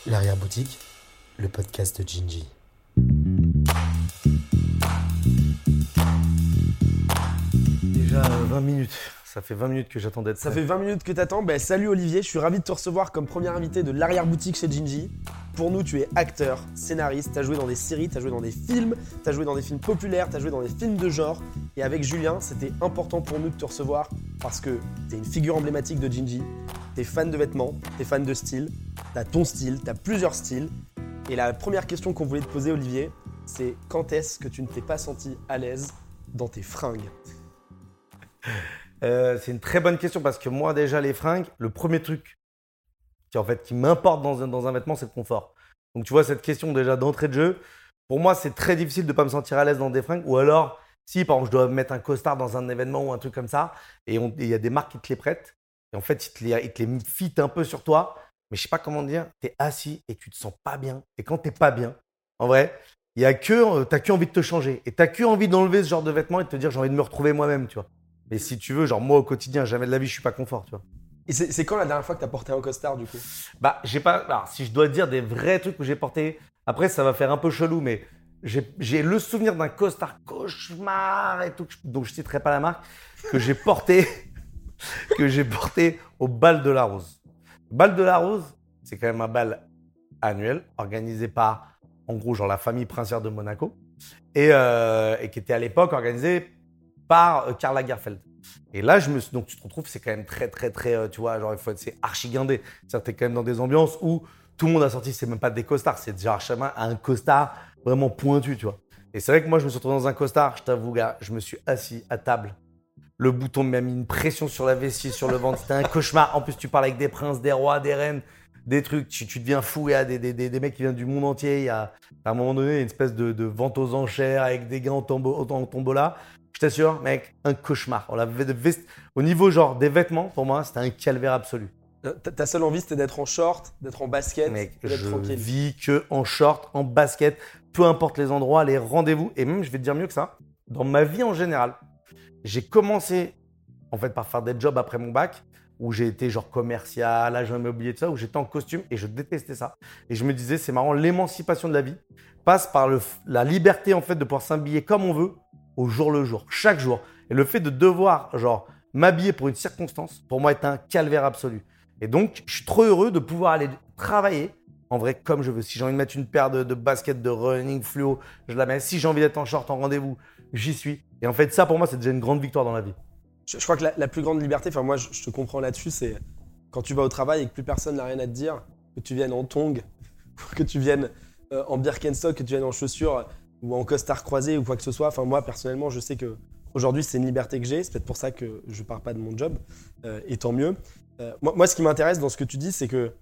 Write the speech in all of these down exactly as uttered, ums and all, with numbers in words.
L'arrière-boutique, le podcast de Gingy. Déjà euh, vingt minutes, ça fait vingt minutes que j'attendais de Ça fait vingt minutes que t'attends. Ben, salut Olivier, je suis ravi de te recevoir comme premier invité de l'arrière-boutique chez Gingy. Pour nous, tu es acteur, scénariste, t'as joué dans des séries, t'as joué dans des films, t'as joué dans des films populaires, t'as joué dans des films de genre. Et avec Julien, c'était important pour nous de te recevoir parce que t'es une figure emblématique de Gingy. T'es fan de vêtements, t'es fan de style, t'as ton style, t'as plusieurs styles. Et la première question qu'on voulait te poser, Olivier, c'est quand est-ce que tu ne t'es pas senti à l'aise dans tes fringues ? Euh, c'est une très bonne question parce que moi déjà les fringues, le premier truc qui en fait qui m'importe dans un, dans un vêtement, c'est le confort. Donc tu vois cette question déjà d'entrée de jeu, pour moi c'est très difficile de ne pas me sentir à l'aise dans des fringues ou alors si par exemple je dois mettre un costard dans un événement ou un truc comme ça et il y a des marques qui te les prêtent et en fait ils te les, ils te les fit un peu sur toi, mais je sais pas comment dire, tu es assis et tu te sens pas bien et quand tu n'es pas bien, en vrai, il y a que t'as que envie de te changer et t'as que envie d'enlever ce genre de vêtements et de te dire j'ai envie de me retrouver moi-même, tu vois. Mais si tu veux, genre moi au quotidien, jamais de la vie, je suis pas confort, tu vois. Et c'est, c'est quand la dernière fois que t'as porté un costard du coup ? Bah, j'ai pas. Alors, si je dois dire des vrais trucs que j'ai portés, après ça va faire un peu chelou, mais j'ai, j'ai le souvenir d'un costard cauchemar et tout, donc je citerai pas la marque, que j'ai porté, que j'ai porté au bal de la Rose. Le bal de la Rose, c'est quand même un bal annuel organisé par, en gros, genre la famille princière de Monaco et, euh, et qui était à l'époque organisé par euh, Karl Lagerfeld. Et là, je me suis, donc tu te retrouves, c'est quand même très, très, très, euh, tu vois, genre il faut être, c'est archi guindé. C'est-à-dire que t'es quand même dans des ambiances où tout le monde a sorti, c'est même pas des costards, c'est genre chacun a un costard vraiment pointu, tu vois. Et c'est vrai que moi, je me suis retrouvé dans un costard, je t'avoue, gars, je me suis assis à table. Le bouton m'a mis une pression sur la vessie, sur le ventre, c'était un cauchemar. En plus, tu parles avec des princes, des rois, des reines, des trucs, tu, tu deviens fou, il y a des, des, des, des mecs qui viennent du monde entier, il y a à un moment donné une espèce de, de vente aux enchères avec des gars en, tombo, en tombola. Je t'assure, mec, un cauchemar. On avait de veste... Au niveau genre des vêtements, pour moi, c'était un calvaire absolu. Ta, ta seule envie, c'était d'être en short, d'être en basket, Mec, d'être je tranquille. vis que en short, en basket, peu importe les endroits, les rendez-vous. Et même, je vais te dire mieux que ça, dans ma vie en général, j'ai commencé en fait par faire des jobs après mon bac où j'ai été genre commercial, agent immobilier, tout ça, où j'étais en costume et je détestais ça. Et je me disais, c'est marrant, l'émancipation de la vie passe par le, la liberté en fait de pouvoir s'habiller comme on veut au jour le jour, chaque jour. Et le fait de devoir genre m'habiller pour une circonstance, pour moi, est un calvaire absolu. Et donc, je suis trop heureux de pouvoir aller travailler en vrai comme je veux. Si j'ai envie de mettre une paire de, de baskets de running fluo, je la mets. Si j'ai envie d'être en short en rendez-vous, j'y suis. Et en fait, ça pour moi, c'est déjà une grande victoire dans la vie. Je, je crois que la, la plus grande liberté, enfin moi je, je te comprends là-dessus, c'est quand tu vas au travail et que plus personne n'a rien à te dire, que tu viennes en tongs, que tu viennes euh, en Birkenstock, que tu viennes en chaussures ou en costard croisé ou quoi que ce soit. Enfin moi personnellement, je sais que aujourd'hui c'est une liberté que j'ai, c'est peut-être pour ça que je pars pas de mon job, euh, et tant mieux. Euh, moi, moi ce qui m'intéresse dans ce que tu dis, c'est que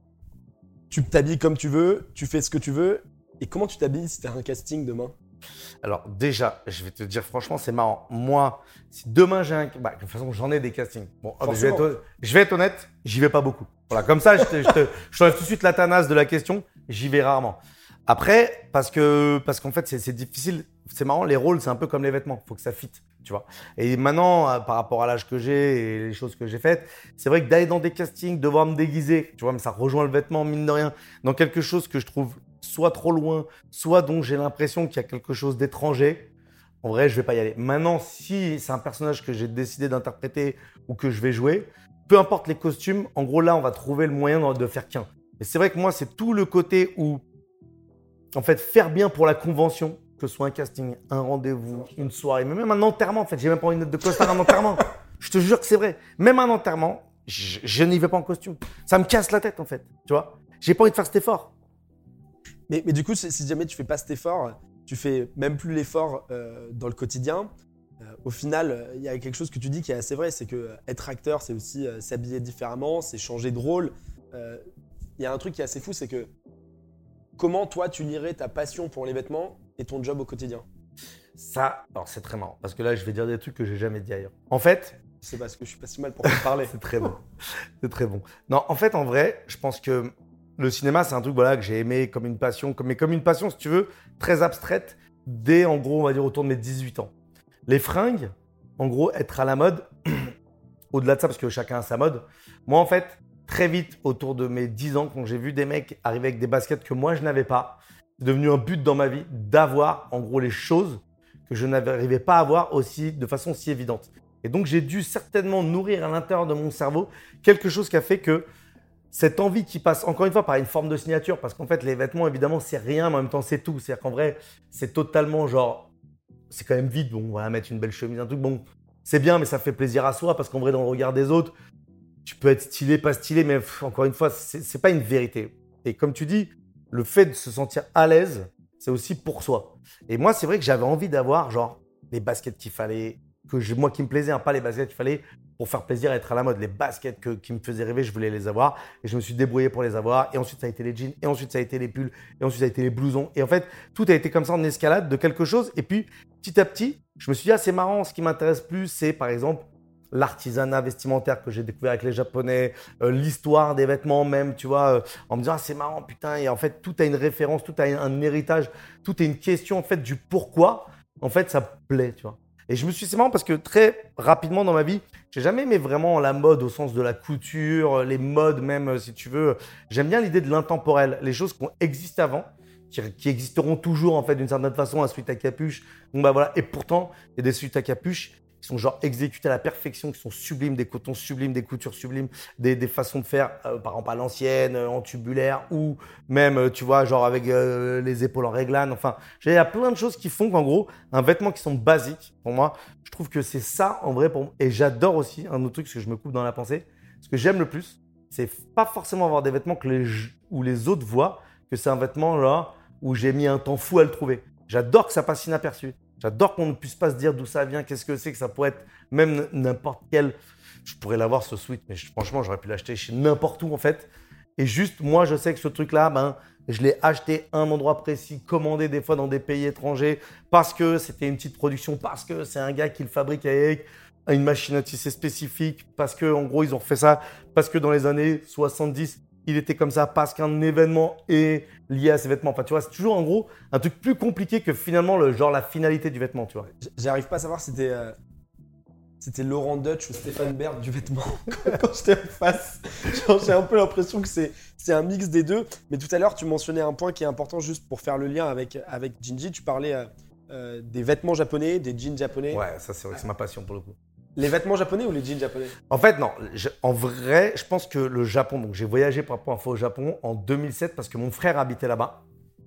tu t'habilles comme tu veux, tu fais ce que tu veux, et comment tu t'habilles si t'as un casting demain ? Alors déjà, je vais te dire franchement, c'est marrant. Moi, si demain j'ai un... Bah, de toute façon, j'en ai des castings. Bon, oh, je, vais être... je vais être honnête, j'y vais pas beaucoup. Voilà, comme ça, je te, je te... je t'enlève tout de suite la tanasse de la question. J'y vais rarement. Après, parce que parce qu'en fait, c'est, c'est difficile. C'est marrant, les rôles, c'est un peu comme les vêtements. Il faut que ça fitte, tu vois. Et maintenant, euh, par rapport à l'âge que j'ai et les choses que j'ai faites, c'est vrai que d'aller dans des castings, devoir me déguiser, tu vois, mais ça rejoint le vêtement, mine de rien, dans quelque chose que je trouve soit trop loin, soit dont j'ai l'impression qu'il y a quelque chose d'étranger, en vrai, je vais pas y aller. Maintenant, si c'est un personnage que j'ai décidé d'interpréter ou que je vais jouer, peu importe les costumes, en gros, là, on va trouver le moyen de faire qu'un. Et c'est vrai que moi, c'est tout le côté où, en fait, faire bien pour la convention, que ce soit un casting, un rendez-vous, une soirée, mais même un enterrement, en fait, j'ai même pas envie de mettre de costard à un enterrement. Je te jure que c'est vrai. Même un enterrement, je, je n'y vais pas en costume. Ça me casse la tête, en fait, tu vois. J'ai pas envie de faire cet effort. Mais, mais du coup, si jamais tu fais pas cet effort, tu fais même plus l'effort euh, dans le quotidien. Euh, au final, il y a quelque chose que tu dis qui est assez vrai, c'est que euh, être acteur, c'est aussi euh, s'habiller différemment, c'est changer de rôle. Il euh, y a un truc qui est assez fou, c'est que comment toi tu lierais ta passion pour les vêtements et ton job au quotidien ? Ça, alors c'est très marrant, parce que là, je vais dire des trucs que j'ai jamais dit ailleurs. En fait, c'est parce que je suis pas si mal pour te parler. C'est très bon, c'est très bon. Non, en fait, en vrai, je pense que le cinéma, c'est un truc voilà, que j'ai aimé comme une passion, comme, mais comme une passion, si tu veux, très abstraite, dès, en gros, on va dire autour de mes dix-huit ans. Les fringues, en gros, être à la mode, au-delà de ça, parce que chacun a sa mode, moi, en fait, très vite, autour de mes dix ans, quand j'ai vu des mecs arriver avec des baskets que moi, je n'avais pas, c'est devenu un but dans ma vie d'avoir, en gros, les choses que je n'arrivais pas à avoir aussi, de façon si évidente. Et donc, j'ai dû certainement nourrir à l'intérieur de mon cerveau quelque chose qui a fait que cette envie qui passe, encore une fois, par une forme de signature, parce qu'en fait, les vêtements, évidemment, c'est rien, mais en même temps, c'est tout. C'est-à-dire qu'en vrai, c'est totalement genre, c'est quand même vide. Bon, on va mettre une belle chemise, un truc. Bon, c'est bien, mais ça fait plaisir à soi, parce qu'en vrai, dans le regard des autres, tu peux être stylé, pas stylé, mais pff, encore une fois, c'est, c'est pas une vérité. Et comme tu dis, le fait de se sentir à l'aise, c'est aussi pour soi. Et moi, c'est vrai que j'avais envie d'avoir, genre, les baskets qu'il fallait, que je, moi qui me plaisait, hein, pas les baskets qu'il fallait pour faire plaisir et être à la mode. Les baskets que, qui me faisaient rêver, je voulais les avoir. Et je me suis débrouillé pour les avoir. Et ensuite, ça a été les jeans. Et ensuite, ça a été les pulls. Et ensuite, ça a été les blousons. Et en fait, tout a été comme ça en escalade de quelque chose. Et puis, petit à petit, je me suis dit, ah, c'est marrant. Ce qui m'intéresse plus, c'est par exemple l'artisanat vestimentaire que j'ai découvert avec les Japonais, euh, l'histoire des vêtements même, tu vois, euh, en me disant, ah, c'est marrant, putain. Et en fait, tout a une référence, tout a un héritage, tout est une question, en fait, du pourquoi. En fait, ça plaît, tu vois. Et je me suis, c'est marrant parce que très rapidement dans ma vie, j'ai jamais aimé vraiment la mode au sens de la couture, les modes même, si tu veux. J'aime bien l'idée de l'intemporel, les choses qui ont existé avant, qui, qui existeront toujours en fait d'une certaine façon, un sweat à capuche. Bon bah voilà. Et pourtant, il y a des sweats à capuche qui sont genre exécutés à la perfection, qui sont sublimes, des cotons sublimes, des coutures sublimes, des, des façons de faire, euh, par exemple à l'ancienne, euh, en tubulaire, ou même, euh, tu vois, genre avec euh, les épaules en réglane. Enfin, il y a plein de choses qui font qu'en gros, un vêtement qui sont basiques, pour moi, je trouve que c'est ça en vrai pour moi. Et j'adore aussi, un autre truc, parce que je me coupe dans la pensée, ce que j'aime le plus, c'est pas forcément avoir des vêtements que les, où les autres voient que c'est un vêtement là où j'ai mis un temps fou à le trouver. J'adore que ça passe inaperçu. J'adore qu'on ne puisse pas se dire d'où ça vient, qu'est-ce que c'est, que ça pourrait être même n'importe quel. Je pourrais l'avoir ce sweat, mais je, franchement, j'aurais pu l'acheter chez n'importe où en fait. Et juste, moi, je sais que ce truc-là, ben, je l'ai acheté à un endroit précis, commandé des fois dans des pays étrangers, parce que c'était une petite production, parce que c'est un gars qui le fabrique avec une machine à tisser spécifique, parce que en gros, ils ont refait ça, parce que dans les années soixante-dix, il était comme ça, parce qu'un événement est lié à ces vêtements. Enfin, tu vois, c'est toujours en gros un truc plus compliqué que finalement le genre la finalité du vêtement, tu vois. J'arrive pas à savoir si c'était euh, c'était Laurent Dutch ou Stéphane Bern du vêtement quand j'étais en face. Genre, j'ai un peu l'impression que c'est c'est un mix des deux. Mais tout à l'heure, tu mentionnais un point qui est important juste pour faire le lien avec avec Jinji. Tu parlais euh, euh, des vêtements japonais, des jeans japonais. Ouais, ça c'est vrai que c'est ma passion pour le coup. Les vêtements japonais ou les jeans japonais? En fait, non. Je, en vrai, je pense que le Japon, donc j'ai voyagé pour la première fois au Japon en deux mille sept parce que mon frère habitait là-bas.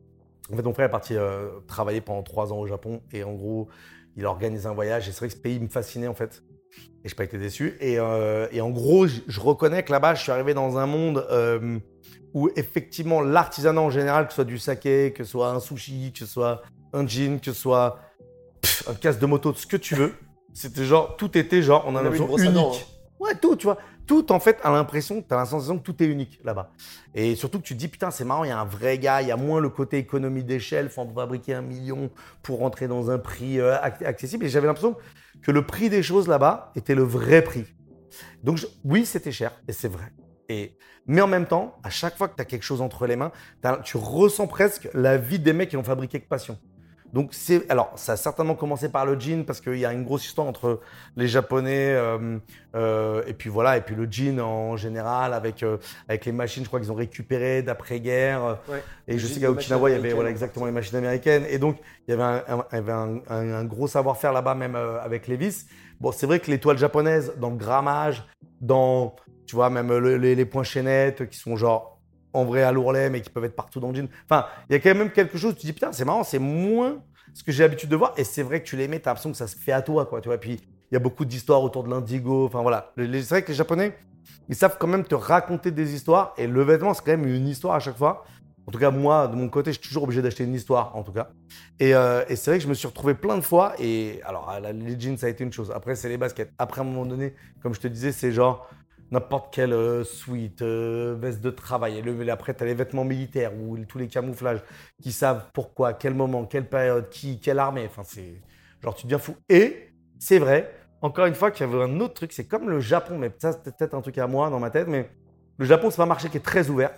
En fait, mon frère est parti euh, travailler pendant trois ans au Japon et en gros, il a organisé un voyage et c'est vrai que ce pays me fascinait en fait. Et je n'ai pas été déçu. Et, euh, et en gros, je, je reconnais que là-bas, je suis arrivé dans un monde euh, où effectivement l'artisanat en général, que ce soit du saké, que ce soit un sushi, que ce soit un jean, que ce soit pff, un casque de moto, ce que tu veux. C'était genre, tout était genre, on a l'impression unique. Dents, hein. Ouais, tout, tu vois. Tout, en fait, a l'impression, tu as la sensation que tout est unique là-bas. Et surtout que tu te dis, putain, c'est marrant, il y a un vrai gars, il y a moins le côté économie d'échelle, faut en fabriquer un million pour rentrer dans un prix euh, accessible. Et j'avais l'impression que le prix des choses là-bas était le vrai prix. Donc, je, oui, c'était cher, et c'est vrai. Et, mais en même temps, à chaque fois que tu as quelque chose entre les mains, tu ressens presque la vie des mecs qui l'ont fabriqué avec passion. Donc, c'est, alors, ça a certainement commencé par le jean parce qu'il y a une grosse histoire entre les Japonais euh, euh, et puis voilà, et puis le jean en général avec, euh, avec les machines, je crois qu'ils ont récupéré d'après-guerre. Ouais. Et je sais qu'à Okinawa, il y avait voilà, exactement les machines américaines. Et donc, il y avait un, un, il y avait un, un, un gros savoir-faire là-bas, même euh, avec Levi's. Bon, c'est vrai que les toiles japonaises, dans le grammage, dans, tu vois, même le, les, les points chaînettes qui sont genre en vrai à l'ourlet, mais qui peuvent être partout dans le jean. Enfin, il y a quand même quelque chose, tu te dis, putain, c'est marrant, c'est moins ce que j'ai l'habitude de voir. Et c'est vrai que tu les mets, tu as l'impression que ça se fait à toi, quoi, tu vois. Et puis, il y a beaucoup d'histoires autour de l'indigo. Enfin, voilà. C'est vrai que les Japonais, ils savent quand même te raconter des histoires. Et le vêtement, c'est quand même une histoire à chaque fois. En tout cas, moi, de mon côté, je suis toujours obligé d'acheter une histoire, en tout cas. Et, euh, et c'est vrai que je me suis retrouvé plein de fois. Et alors, les jeans, ça a été une chose. Après, c'est les baskets. Après, à un moment donné, comme je te disais, c'est genre n'importe quelle euh, sweat, euh, veste de travail. Et le, après, tu as les vêtements militaires ou tous les camouflages qui savent pourquoi, quel moment, quelle période, qui, quelle armée. Enfin, c'est genre, tu deviens fou. Et c'est vrai, encore une fois, qu'il y avait un autre truc. C'est comme le Japon, mais ça, c'est peut-être un truc à moi dans ma tête. Mais le Japon, c'est pas un marché qui est très ouvert.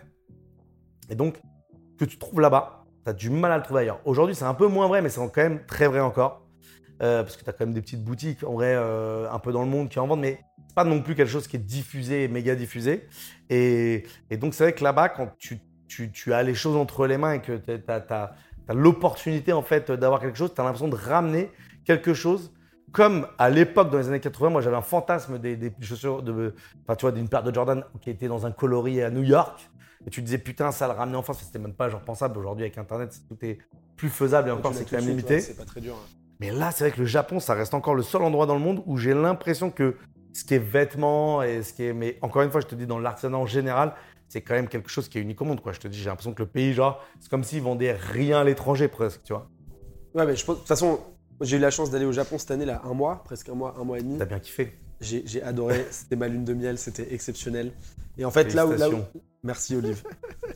Et donc, que tu trouves là-bas, tu as du mal à le trouver ailleurs. Aujourd'hui, c'est un peu moins vrai, mais c'est quand même très vrai encore. Euh, parce que tu as quand même des petites boutiques, en vrai, euh, un peu dans le monde qui en vendent. Mais c'est pas non plus quelque chose qui est diffusé, méga diffusé. Et, et donc, c'est vrai que là-bas, quand tu, tu, tu as les choses entre les mains et que tu as l'opportunité en fait, d'avoir quelque chose, tu as l'impression de ramener quelque chose. Comme à l'époque, dans les années quatre-vingts, moi j'avais un fantasme des, des chaussures, de, enfin, tu vois, d'une paire de Jordan qui était dans un coloris à New York. Et tu te disais, putain, ça le ramener en France. C'était même pas genre pensable. Aujourd'hui, avec Internet, tout est plus faisable et encore, c'est quand même limité. C'est pas très dur. Hein. Mais là, c'est vrai que le Japon, ça reste encore le seul endroit dans le monde où j'ai l'impression que ce qui est vêtements et ce qui est. Mais encore une fois, je te dis, dans l'artisanat en général, c'est quand même quelque chose qui est unique au monde, quoi. Je te dis, j'ai l'impression que le pays, genre, c'est comme s'ils vendaient rien à l'étranger presque, tu vois. Ouais, mais je pense. De toute façon. J'ai eu la chance d'aller au Japon cette année, là, un mois, presque un mois, un mois et demi. T'as bien kiffé. J'ai, j'ai adoré, c'était ma lune de miel, c'était exceptionnel. Et en fait, là où, là où... Merci Olive.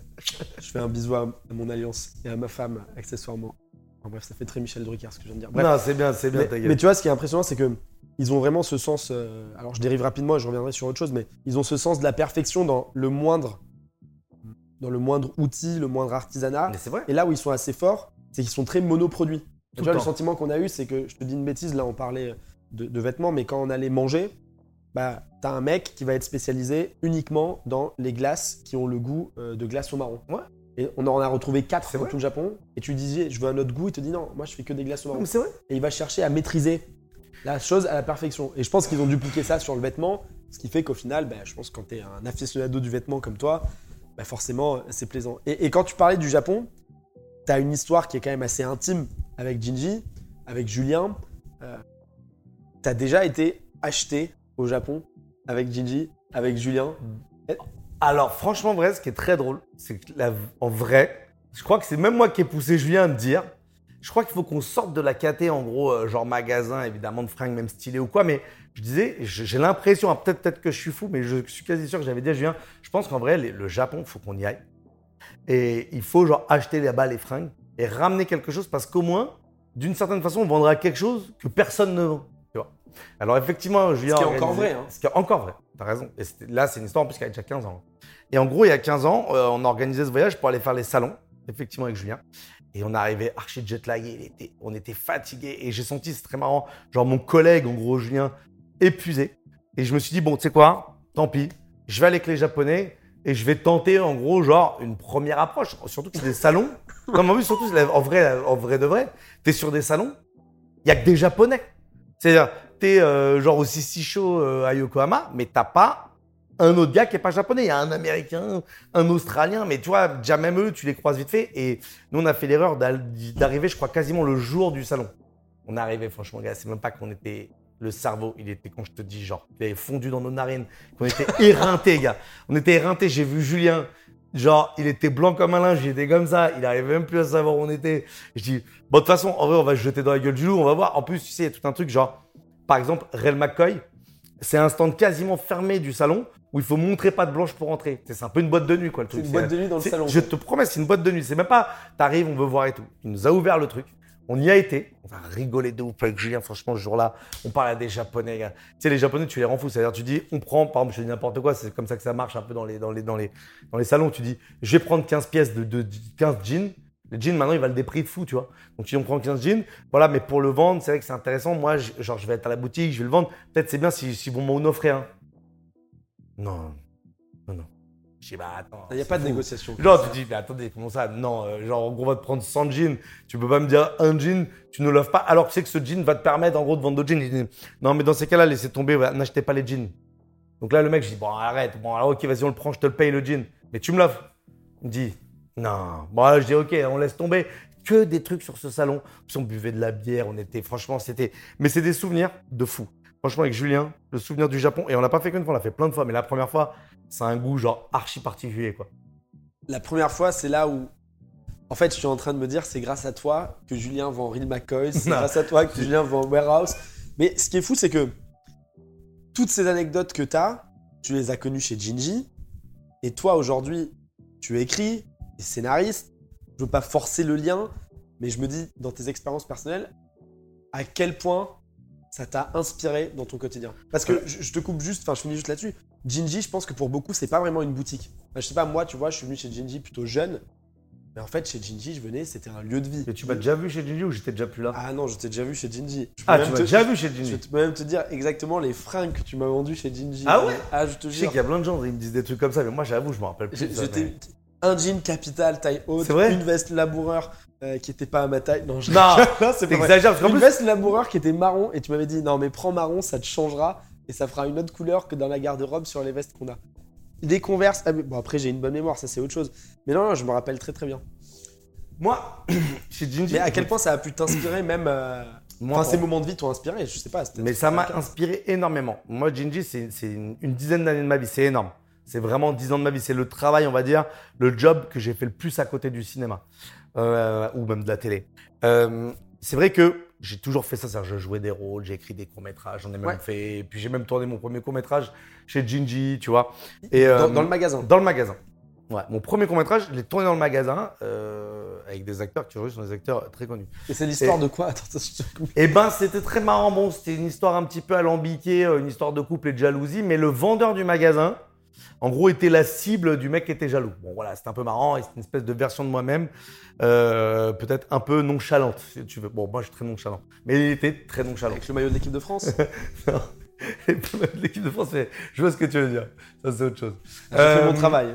Je fais un bisou à, à mon alliance et à ma femme, accessoirement. Enfin, bref, ça fait très Michel Drucker ce que je viens de dire. Bref. Non, c'est bien, c'est bien, mais, ta gueule. Mais tu vois, ce qui est impressionnant, c'est qu'ils ont vraiment ce sens... Euh, alors, je dérive rapidement et je reviendrai sur autre chose, mais ils ont ce sens de la perfection dans le moindre, dans le moindre outil, le moindre artisanat. Mais c'est vrai. Et là où ils sont assez forts, c'est qu'ils sont très monoproduits. Tu vois, le le sentiment qu'on a eu, c'est que, je te dis une bêtise, là on parlait de, de vêtements, mais quand on allait manger, bah, t'as un mec qui va être spécialisé uniquement dans les glaces qui ont le goût euh, de glace au marron. Ouais. Et on en a retrouvé quatre C'est dans vrai. tout le Japon. Et tu lui disais, je veux un autre goût, il te dit non, moi je fais que des glaces au marron. Mais c'est vrai. Et il va chercher à maîtriser la chose à la perfection. Et je pense qu'ils ont dupliqué ça sur le vêtement, ce qui fait qu'au final, bah, je pense que quand t'es un aficionado du vêtement comme toi, bah, forcément c'est plaisant. Et, et quand tu parlais du Japon, t'as une histoire qui est quand même assez intime avec Jinji, avec Julien. Euh, t'as déjà été acheté au Japon avec Jinji, avec Julien. Alors, franchement, vrai, ce qui est très drôle, c'est que la- en vrai, je crois que c'est même moi qui ai poussé Julien à me dire, je crois qu'il faut qu'on sorte de la caté, en gros, euh, genre magasin, évidemment, de fringues, même stylé ou quoi, mais je disais, je- j'ai l'impression, hein, peut-être peut-être que je suis fou, mais je suis quasi sûr que j'avais dit à Julien, je pense qu'en vrai, les- le Japon, il faut qu'on y aille. Et il faut genre acheter là-bas les fringues et ramener quelque chose parce qu'au moins, d'une certaine façon, on vendra quelque chose que personne ne vend. Tu vois. Alors effectivement, Julien Ce qui est a encore organisé- vrai, hein. Ce qui est encore vrai, t'as raison. Et c'était- là, c'est une histoire en plus qui a déjà quinze ans. Et en gros, il y a quinze ans, euh, on a organisé ce voyage pour aller faire les salons, effectivement avec Julien. Et on arrivait archi jet-lagué, il était- on était fatigués. Et j'ai senti, c'est très marrant, genre mon collègue, en gros Julien, épuisé. Et je me suis dit, bon, tu sais quoi, tant pis, je vais aller avec les Japonais et je vais tenter, en gros, genre, une première approche. Surtout que c'est des salons. Non, mais en plus, surtout, c'est la- en vrai, en vrai de vrai, t'es sur des salons, il n'y a que des Japonais. C'est-à-dire, t'es euh, genre au Sissi Show euh, à Yokohama, mais t'as pas un autre gars qui est pas japonais. Il y a un Américain, un Australien, mais tu vois, déjà même eux, tu les croises vite fait. Et nous, on a fait l'erreur d'al- d'arriver, je crois, quasiment le jour du salon. On est arrivé, franchement, gars, c'est même pas qu'on était... Le cerveau, il était, quand je te dis, genre, il avait fondu dans nos narines. On était éreintés, gars. On était éreintés. J'ai vu Julien, genre, il était blanc comme un linge, il était comme ça. Il n'arrivait même plus à savoir où on était. Je dis, bon, de toute façon, en vrai, on va se jeter dans la gueule du loup, on va voir. En plus, tu sais, il y a tout un truc, genre, par exemple, Rel McCoy, c'est un stand quasiment fermé du salon où il faut montrer pas de blanche pour entrer. C'est un peu une boîte de nuit, quoi, le C'est truc. une boîte de nuit dans le c'est- salon. Je te promets, c'est une boîte de nuit. C'est même pas, t'arrives, on veut voir et tout. Il nous a ouvert le truc. On y a été. On a rigolé de ouf avec Julien. Franchement, ce jour-là, on parle à des Japonais, gars. Tu sais, les Japonais, tu les rends fous. C'est-à-dire, tu dis, on prend, par exemple, je dis n'importe quoi. C'est comme ça que ça marche un peu dans les, dans les, dans les, dans les salons. Tu dis, je vais prendre quinze pièces de, de, de quinze jeans. Les jeans, maintenant, ils valent des prix de fou, tu vois. Donc, tu dis, on prend quinze jeans. Voilà, mais pour le vendre, c'est vrai que c'est intéressant. Moi, je- genre, je vais être à la boutique, je vais le vendre. Peut-être c'est bien si, si vous m'en offrez un. Non, non, non. Je dis, bah attends. Il n'y a c'est pas de fou. négociation. Genre, tu dis, mais attendez, comment ça? Non, euh, genre, en gros, on va te prendre cent jeans. Tu peux pas me dire un jean, tu ne l'offres pas, alors que tu sais que ce jean va te permettre, en gros, de vendre d'autres jeans. Il dit, non, mais dans ces cas-là, laissez tomber, ouais, n'achetez pas les jeans. Donc là, le mec, je dis, bon, arrête. Bon, alors, ok, vas-y, on le prend, je te le paye, le jean. Mais tu me l'offres. Il me dit, non. Bon, là, je dis, ok, on laisse tomber. Que des trucs sur ce salon. Puis on buvait de la bière, on était, franchement, c'était. Mais c'est des souvenirs de fou. Franchement, avec Julien, le souvenir du Japon. Et on l'a pas fait qu'une fois, on l'a fait plein de fois. Mais la première fois, c'est un goût, genre, archi particulier, quoi. La première fois, c'est là où, en fait, je suis en train de me dire, c'est grâce à toi que Julien vend Real McCoy, c'est Non. grâce à toi que Julien vend Warehouse. Mais ce qui est fou, c'est que toutes ces anecdotes que tu as, tu les as connues chez Jinji. Et toi, aujourd'hui, tu écris, tu es scénariste. Je veux pas forcer le lien, mais je me dis, dans tes expériences personnelles, à quel point ça t'a inspiré dans ton quotidien. Parce que je, je te coupe juste, enfin, je finis juste là-dessus. Jinji, je pense que pour beaucoup, c'est pas vraiment une boutique. Enfin, je sais pas, moi, tu vois, je suis venu chez Jinji plutôt jeune. Mais en fait, chez Gingy, je venais, c'était un lieu de vie. Et tu m'as déjà vu chez Gingy ou j'étais déjà plus là? Ah non, je t'ai déjà vu chez Gingy. Je peux Ah, même tu m'as te- déjà vu chez Je Gingy? peux même te dire exactement les fringues que tu m'as vendues chez Gingy. Ah ouais? Ah, je te Je sais jure. qu'il y a plein de gens qui me disent des trucs comme ça, mais moi j'avoue, je me rappelle plus. Je, de ça, je t'ai- mais- un jean capital taille haute, C'est vrai une veste laboureur euh, qui était pas à ma taille. Non, je... Non, non c'est pas vrai. T'exagères parce qu'en Une plus. veste laboureur qui était marron et tu m'avais dit non mais prends marron, ça te changera et ça fera une autre couleur que dans la garde-robe sur les vestes qu'on a. Des Converse, ah, mais bon après j'ai une bonne mémoire, ça c'est autre chose. Mais non, non, je me rappelle très très bien. Moi, chez Gingy. Mais à quel point ça a pu t'inspirer même euh, Moi, Enfin, pour- ces moments de vie t'ont inspiré, je sais pas. c'était- Mais ça m'a inspiré énormément. Moi, Gingy, c'est c'est une, une dizaine d'années de ma vie. C'est énorme. C'est vraiment dix ans de ma vie. C'est le travail, on va dire, le job que j'ai fait le plus à côté du cinéma euh, ou même de la télé. Euh, c'est vrai que j'ai toujours fait ça. C'est-à-dire, je jouais des rôles, j'ai écrit des courts-métrages, j'en ai même Ouais. fait. Et puis, j'ai même tourné mon premier court-métrage chez Gingy, tu vois. Et, Dans, euh, dans le magasin. Dans le magasin. Ouais, mon premier court-métrage, je l'ai tourné dans le magasin euh, avec des acteurs qui aujourd'hui sont des acteurs très connus. Et c'est l'histoire Et- de quoi? Attends, attends, je te- Eh ben, c'était très marrant. Bon, c'était une histoire un petit peu alambiquée, euh, une histoire de couple et de jalousie, mais le vendeur du magasin, en gros, était la cible du mec qui était jaloux. Bon, voilà, c'était un peu marrant et c'était une espèce de version de moi-même, euh, peut-être un peu nonchalante, si tu veux. Bon, moi, je suis très nonchalant, mais il était très nonchalant. Avec le maillot de l'équipe de France. Non. Et puis, l'équipe de France, mais je vois ce que tu veux dire. Ça, c'est autre chose. J'ai fait Euh, mon travail.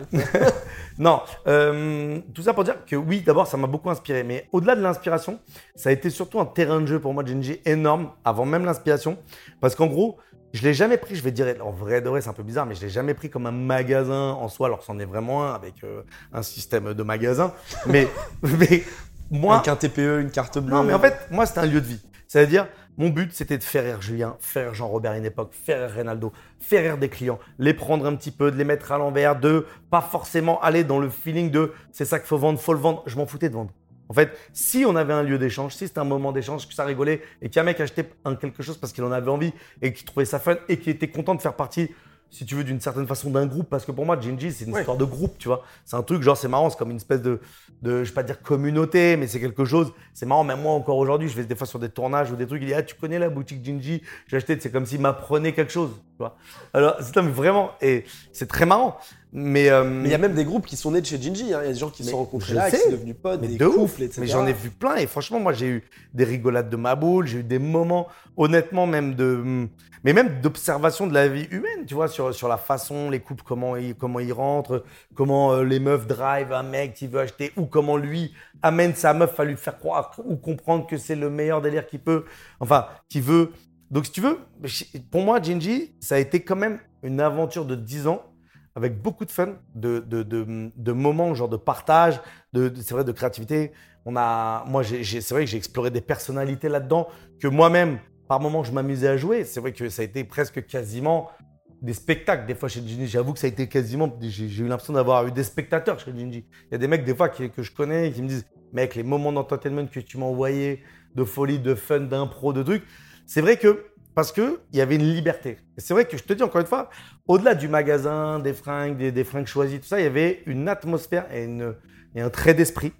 Non, euh, tout ça pour dire que oui, d'abord, ça m'a beaucoup inspiré. Mais au-delà de l'inspiration, ça a été surtout un terrain de jeu pour moi, Gingy, énorme, avant même l'inspiration. Parce qu'en gros, je ne l'ai jamais pris, je vais dire, en vrai de vrai, c'est un peu bizarre, mais je ne l'ai jamais pris comme un magasin en soi, alors c'en est vraiment un avec euh, un système de magasin. Mais, mais moi. Avec un T P E, une carte bleue. Non, mais en fait, moi, c'était un lieu de vie. C'est-à-dire, mon but, c'était de faire rire Julien, faire rire Jean-Robert à une époque, faire rire Reynaldo, faire rire des clients, les prendre un petit peu, de les mettre à l'envers, de pas forcément aller dans le feeling de c'est ça qu'il faut vendre, faut le vendre. Je m'en foutais de vendre. En fait, si on avait un lieu d'échange, si c'était un moment d'échange, que ça rigolait et qu'un mec achetait un quelque chose parce qu'il en avait envie et qu'il trouvait ça fun et qu'il était content de faire partie, si tu veux, d'une certaine façon d'un groupe, parce que pour moi, Gingy, c'est une Ouais. histoire de groupe, tu vois. C'est un truc, genre, c'est marrant, c'est comme une espèce de, de, je vais pas dire communauté, mais c'est quelque chose. C'est marrant, même moi, encore aujourd'hui, je vais des fois sur des tournages ou des trucs, il dit, ah, tu connais la boutique Gingy? J'ai acheté, c'est comme s'il m'apprenait quelque chose, tu vois. Alors, c'est non, mais vraiment, et c'est très marrant. Mais, euh, Mais il y a même des groupes qui sont nés de chez Gingy. hein. Il y a des gens qui se Mais sont rencontrés je là, qui sais. sont devenus potes, Mais des de ouf. couples, et cetera. Mais j'en ai vu plein et franchement, moi j'ai eu des rigolades de ma boule, j'ai eu des moments, honnêtement, même de, mais même d'observation de la vie humaine, tu vois, sur, sur la façon, les couples, comment ils, comment ils rentrent, comment euh, les meufs drive un mec qui veut acheter ou comment lui amène sa meuf à lui faire croire ou comprendre que c'est le meilleur délire qu'il peut, enfin, qui veut. Donc si tu veux, pour moi, Gingy, ça a été quand même une aventure de dix ans avec beaucoup de fun, de, de, de, de moments, genre de partage, de, de- c'est vrai, de créativité. On a, moi, j'ai, j'ai- c'est vrai que j'ai exploré des personnalités là-dedans que moi-même, par moments, je m'amusais à jouer. C'est vrai que ça a été presque quasiment des spectacles. Des fois, chez Gingy, j'avoue que ça a été quasiment, j'ai, j'ai eu l'impression d'avoir eu des spectateurs chez Gingy. Il y a des mecs, des fois, qui- que je connais et qui me disent, mec, les moments d'entertainment que tu m'as envoyés, de folie, de fun, d'impro, de trucs, c'est vrai que parce qu'il y avait une liberté. Et c'est vrai que je te dis encore une fois, au-delà du magasin, des fringues, des, des fringues choisies, tout ça, il y avait une atmosphère et, une, et un trait d'esprit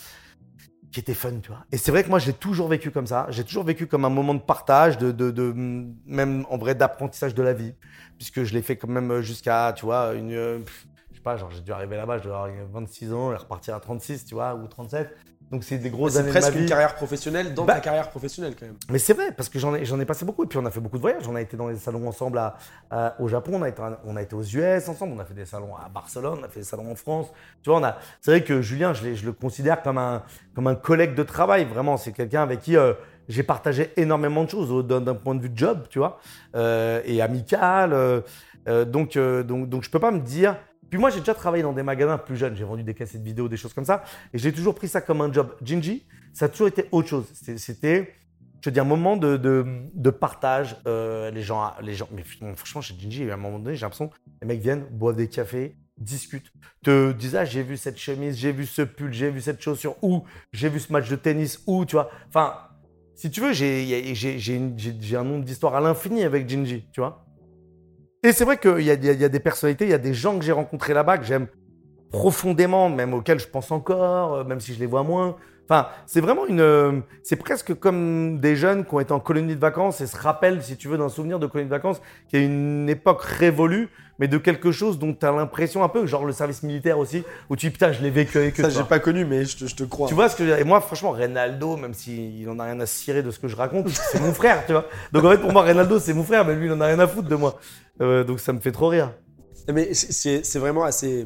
qui était fun, tu vois. Et c'est vrai que moi, j'ai toujours vécu comme ça. J'ai toujours vécu comme un moment de partage, de, de, de même en vrai d'apprentissage de la vie, puisque je l'ai fait quand même jusqu'à, tu vois, une, euh, pff, je sais pas, genre j'ai dû arriver là-bas, je devais avoir vingt-six ans et repartir à trente-six, tu vois, ou trente-sept. Donc c'est des grosses C'est années de ma presque vie. une carrière professionnelle dans Bah, ta carrière professionnelle quand même. Mais c'est vrai, parce que j'en ai, j'en ai passé beaucoup. Et puis, on a fait beaucoup de voyages. On a été dans les salons ensemble à, à- au Japon. On a, été, on a été aux U S ensemble. On a fait des salons à Barcelone. On a fait des salons en France. Tu vois, on a, c'est vrai que Julien, je, l'ai- je le considère comme un, comme un collègue de travail. Vraiment, c'est quelqu'un avec qui euh, j'ai partagé énormément de choses au- d'un, d'un point de vue de job, tu vois, euh, et amical. euh, euh, donc, euh, donc, donc, je peux pas me dire. Puis moi, j'ai déjà travaillé dans des magasins plus jeunes. J'ai vendu des cassettes vidéo, des choses comme ça. Et j'ai toujours pris ça comme un job. Gingy, ça a toujours été autre chose. C'était, c'était je te dis, un moment de, de, de partage. Euh, les gens, les gens, mais franchement, chez Gingy, à un moment donné, j'ai l'impression les mecs viennent, boivent des cafés, discutent, te disent, ah, j'ai vu cette chemise, j'ai vu ce pull, j'ai vu cette chaussure, ou j'ai vu ce match de tennis, ou, tu vois. Enfin, si tu veux, j'ai, j'ai, j'ai, une- j'ai, j'ai un nombre d'histoires à l'infini avec Gingy, tu vois. Et c'est vrai qu'il y a, il y a- il y a des personnalités, il y a des gens que j'ai rencontrés là-bas que j'aime profondément, même auxquels je pense encore, euh, même si je les vois moins. Enfin, c'est vraiment une. euh, c'est presque comme des jeunes qui ont été en colonie de vacances et se rappellent, si tu veux, d'un souvenir de colonie de vacances, qui est une époque révolue, mais de quelque chose dont tu as l'impression un peu, genre le service militaire aussi, où tu dis putain, je l'ai vécu avec eux. Ça, tu j'ai vois. pas connu, mais je te, je te crois. Tu vois ce que je veux dire? Et moi, franchement, Reynaldo, même s'il en a rien à cirer de ce que je raconte, c'est mon frère, tu vois. Donc en fait, pour moi, Reynaldo, c'est mon frère, mais lui, il en a rien à foutre de moi. Euh, donc ça me fait trop rire. Mais c'est c'est vraiment assez.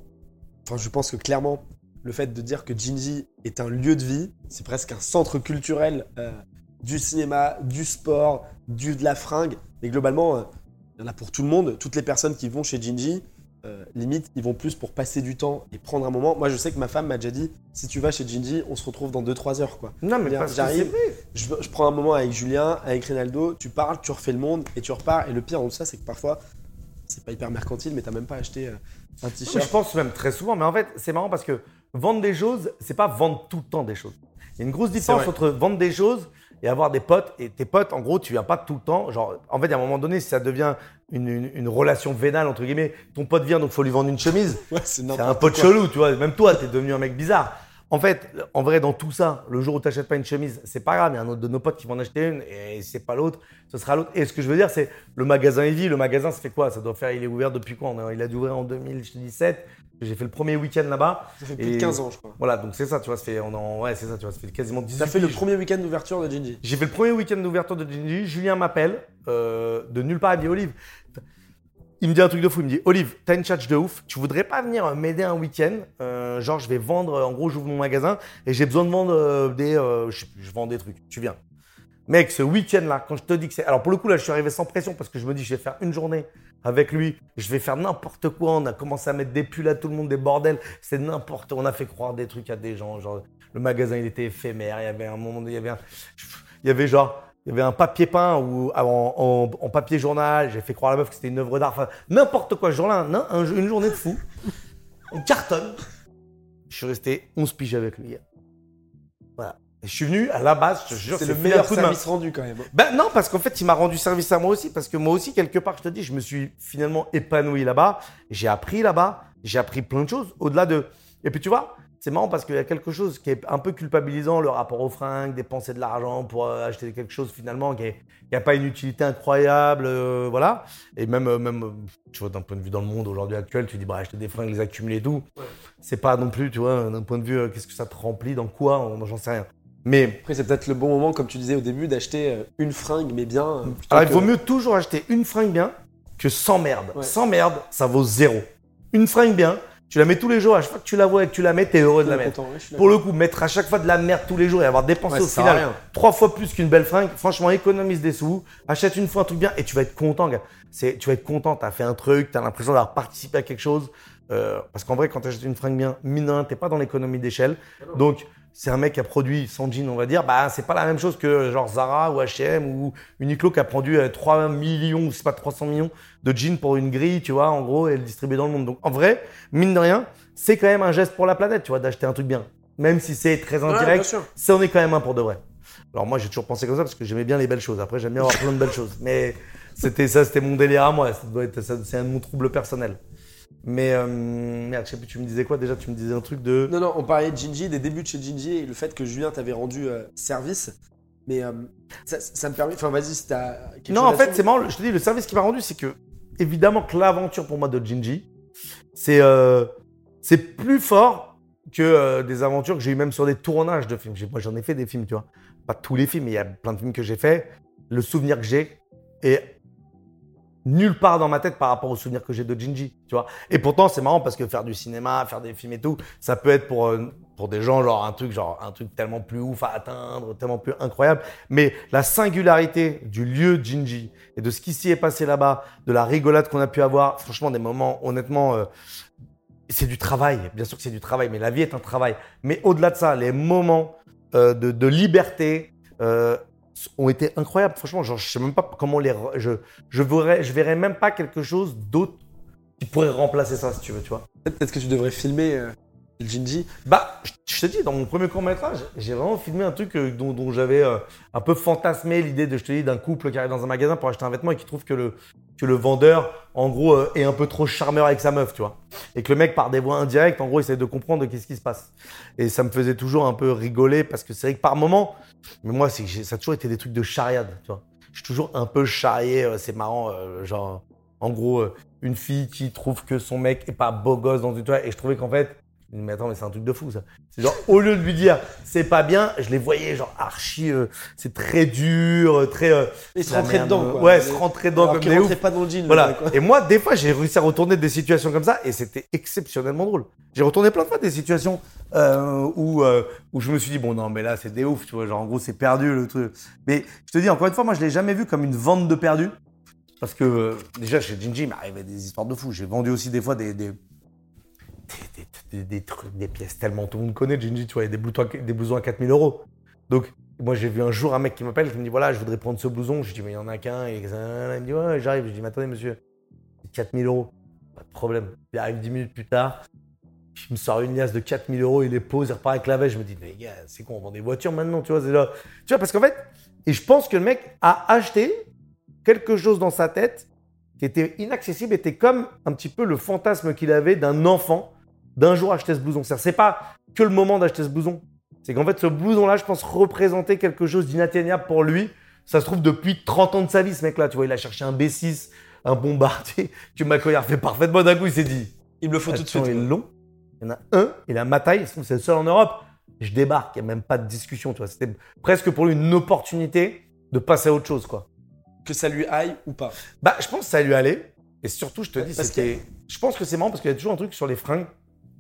Enfin, je pense que clairement, le fait de dire que Gingy est un lieu de vie, c'est presque un centre culturel euh, du cinéma, du sport, du, de la fringue. Mais globalement, euh, il y en a pour tout le monde. Toutes les personnes qui vont chez Gingy, euh, limite, ils vont plus pour passer du temps et prendre un moment. Moi, je sais que ma femme m'a déjà dit, si tu vas chez Gingy, on se retrouve dans deux trois heures, quoi. Non, mais Bien, parce que j'arrive, c'est vrai. Je, je prends un moment avec Julien, avec Reynaldo, tu parles, tu refais le monde et tu repars. Et le pire dans tout ça, c'est que parfois, c'est pas hyper mercantile, mais t'as même pas acheté euh, un Oui, t-shirt. je pense même très souvent, mais en fait, c'est marrant parce que vendre des choses, c'est pas vendre tout le temps des choses. Il y a une grosse différence vrai. entre vendre des choses et avoir des potes. Et tes potes, en gros, tu viens pas tout le temps. Genre, en fait, à un moment donné, si ça devient une, une, une relation vénale, entre guillemets, ton pote vient, donc faut lui vendre une chemise. Ouais, c'est C'est n'importe un pote quoi. chelou, tu vois. Même toi, t'es devenu un mec bizarre. En fait, en vrai, dans tout ça, le jour où tu n'achètes pas une chemise, c'est pas grave. Il y a un autre de nos potes qui vont en acheter une et c'est pas l'autre, ce sera l'autre. Et ce que je veux dire, c'est le magasin il vit. Le magasin, ça fait quoi? Ça doit faire, il est ouvert depuis quoi? Il a dû ouvrir en deux mille dix-sept. J'ai fait le premier week-end là-bas. Ça fait plus Et de quinze ans, je crois. Voilà, donc c'est ça, tu vois. Ça fait, on en, ouais, c'est ça, tu vois. Ça fait quasiment dix-huit. T'as fait le piges. premier week-end d'ouverture de Gingy. J'ai fait le premier week-end d'ouverture de Gingy. Julien m'appelle euh, de nulle part. Il me dit Olive. Il me dit un truc de fou. Il me dit Olive, t'as une tchatch de ouf. Tu voudrais pas venir m'aider un week-end? euh, Genre, je vais vendre. En gros, j'ouvre mon magasin et j'ai besoin de vendre euh, des. Euh, je sais plus, je vends des trucs. Tu viens. Mec, ce week-end-là, quand je te dis que c'est. Alors, pour le coup, là, je suis arrivé sans pression parce que je me dis, je vais faire une journée avec lui. Je vais faire n'importe quoi. On a commencé à mettre des pulls à tout le monde, des bordels. C'est n'importe. On a fait croire des trucs à des gens. Genre, le magasin, il était éphémère. Il y avait un moment. Il y avait un. Il y avait genre. Il y avait un papier peint ou en, en, en papier journal. J'ai fait croire à la meuf que c'était une œuvre d'art. Enfin, n'importe quoi. Ce jour-là, un, un, une journée de fou. On cartonne. Je suis resté onze piges avec lui. Voilà. Et je suis venu à la base, je te jure, C'est c'est le filé meilleur un coup de main. service rendu quand même. Ben non, parce qu'en fait, il m'a rendu service à moi aussi. Parce que moi aussi, quelque part, je te dis, je me suis finalement épanoui là-bas. J'ai appris là-bas. J'ai appris plein de choses. Au-delà de. Et puis, tu vois, c'est marrant parce qu'il y a quelque chose qui est un peu culpabilisant, le rapport aux fringues, dépenser de l'argent pour euh, acheter quelque chose finalement qui n'a pas une utilité incroyable. Euh, voilà. Et même, euh, même euh, tu vois, d'un point de vue dans le monde aujourd'hui actuel, tu dis, bah, acheter des fringues, les accumuler et tout. Ouais. C'est pas non plus, tu vois, d'un point de vue, euh, qu'est-ce que ça te remplit, dans quoi, on, j'en sais rien. Mais Après, c'est peut-être le bon moment, comme tu disais au début, d'acheter euh, une fringue, mais bien. euh, plutôt alors, il que- vaut mieux toujours acheter une fringue bien que sans merde. Ouais. Sans merde, ça vaut zéro. Une fringue bien, tu la mets tous les jours, à chaque fois que tu la vois et que tu la mets, t'es heureux de la Ouais, mettre. content, ouais, je suis Pour d'accord. le coup, mettre à chaque fois de la merde tous les jours et avoir dépensé Ouais, au ça sert à final rien. trois fois plus qu'une belle fringue, franchement, économise des sous, achète une fois un truc bien et tu vas être content, gars. C'est, tu vas être content, t'as fait un truc, t'as l'impression d'avoir participé à quelque chose. Euh, parce qu'en vrai, quand tu achètes une fringue bien, mine de rien, t'es pas dans l'économie d'échelle. Donc, c'est un mec qui a produit cent jeans, on va dire, bah, c'est pas la même chose que genre Zara ou H et M ou Uniqlo qui a produit euh, trois millions ou c'est pas trois cents millions de jeans pour une grille, tu vois, en gros, et le distribuer dans le monde. Donc, en vrai, mine de rien, c'est quand même un geste pour la planète, tu vois, d'acheter un truc bien. Même si c'est très Ouais, bien indirect, sûr. ça en est quand même un pour de vrai. Alors, moi, j'ai toujours pensé comme ça parce que j'aimais bien les belles choses. Après, j'aime bien avoir plein de belles choses. Mais c'était ça, c'était mon délire à moi. Ça doit être, ça, c'est un de mon trouble personnel. Mais euh, merde, je sais plus, tu me disais quoi déjà? Tu me disais un truc de. Non, non, on parlait de Gingy, des débuts de chez Gingy et le fait que Julien t'avait rendu euh, service. Mais euh, ça, ça me permet. Enfin, vas-y, si t'as quelque Non, chose en fait, là-dessus. c'est marrant. Je te dis, le service qui m'a rendu, c'est que, évidemment, que l'aventure pour moi de Gingy, c'est euh, c'est plus fort que euh, des aventures que j'ai eues même sur des tournages de films. J'ai- Moi, j'en ai fait des films, tu vois. Pas tous les films, mais il y a plein de films que j'ai fait. Le souvenir que j'ai est nulle part dans ma tête par rapport au souvenir que j'ai de Gingy, tu vois. Et pourtant, c'est marrant parce que faire du cinéma, faire des films et tout, ça peut être pour, euh, pour des gens, genre un truc, genre un truc tellement plus ouf à atteindre, tellement plus incroyable. Mais la singularité du lieu Gingy et de ce qui s'y est passé là-bas, de la rigolade qu'on a pu avoir, franchement, des moments, honnêtement, euh, c'est du travail. Bien sûr que c'est du travail, mais la vie est un travail. Mais au-delà de ça, les moments euh, de, de liberté, euh, ont été incroyables. Franchement, genre, je sais même pas comment les. re- Je, je verrais, je verrais même pas quelque chose d'autre qui pourrait remplacer ça, si tu veux, tu vois. Peut-être que tu devrais filmer euh, le Gingy. Bah, je- je te dis, dans mon premier court-métrage, j'ai vraiment filmé un truc euh, dont, dont j'avais euh, un peu fantasmé l'idée de, je te dis, d'un couple qui arrive dans un magasin pour acheter un vêtement et qui trouve que le, que le vendeur, en gros, euh, est un peu trop charmeur avec sa meuf, tu vois. Et que le mec, par des voies indirectes, en gros, essaie de comprendre qu'est-ce qui se passe. Et ça me faisait toujours un peu rigoler parce que c'est vrai que par moment, mais moi, c'est que j'ai- ça a toujours été des trucs de charriade, tu vois. Je suis toujours un peu charrié, euh, c'est marrant, euh, genre, en gros, euh, une fille qui trouve que son mec est pas beau gosse dans une toile. Et je trouvais qu'en fait, je me dis, mais attends, mais c'est un truc de fou, ça. C'est genre, au lieu de lui dire, c'est pas bien, je les voyais, genre, archi, euh, c'est très dur, euh, très. Euh, Et se la rentrer merde, dedans, euh, quoi. Ouais, Mais- se rentrer dedans Alors comme qu'il des rentrait ouf. pas dans le jean. le Voilà. mec, quoi. Et moi, des fois, j'ai réussi à retourner des situations comme ça et c'était exceptionnellement drôle. J'ai retourné plein de fois des situations euh, où, euh, où je me suis dit, bon, non, mais là, c'est des ouf, tu vois. Genre, en gros, c'est perdu le truc. Mais je te dis, encore une fois, moi, je l'ai jamais vu comme une vente de perdu. Parce que euh, déjà, chez Gingy, il m'arrivait des histoires de fou. J'ai vendu aussi des fois des, des, des, des, des- des trucs, des pièces tellement tout le monde connaît, Gingy, tu vois, il y a des blousons, des blousons à quatre mille euros. Donc, moi, j'ai vu un jour un mec qui m'appelle, qui me dit, voilà, je voudrais prendre ce blouson. Je lui dis, mais il n'y en a qu'un. Et ça, il me dit, ouais, j'arrive. Je lui dis, mais attendez, monsieur, c'est quatre mille euros. Pas de problème. Il arrive dix minutes plus tard. Il me sort une liasse de quatre mille euros, il les pose, il repart avec la veste. Je me dis, mais les gars, c'est quoi, on vend des voitures maintenant, tu vois, c'est là. Tu vois, parce qu'en fait, et je pense que le mec a acheté quelque chose dans sa tête qui était inaccessible, était comme un petit peu le fantasme qu'il avait d'un enfant d'un jour acheter ce blouson. C'est-à-dire, c'est pas que le moment d'acheter ce blouson. C'est qu'en fait, ce blouson-là, je pense, représentait quelque chose d'inatteignable pour lui. Ça se trouve depuis trente ans de sa vie, ce mec-là. Tu vois, il a cherché un B six, un bombardier, que McCoy fait parfaitement. D'un coup, il s'est dit, Il me le faut tout de Attends, suite. il est ouais. long. Il y en a un, il a ma taille, c'est le seul en Europe. Je débarque, il n'y a même pas de discussion. Tu vois. C'était presque pour lui une opportunité de passer à autre chose, quoi. Que ça lui aille ou pas. Bah, je pense que ça lui allait. Et surtout, je te dis, Parce c'était. Je pense que c'est marrant parce qu'il y a toujours un truc sur les fringues.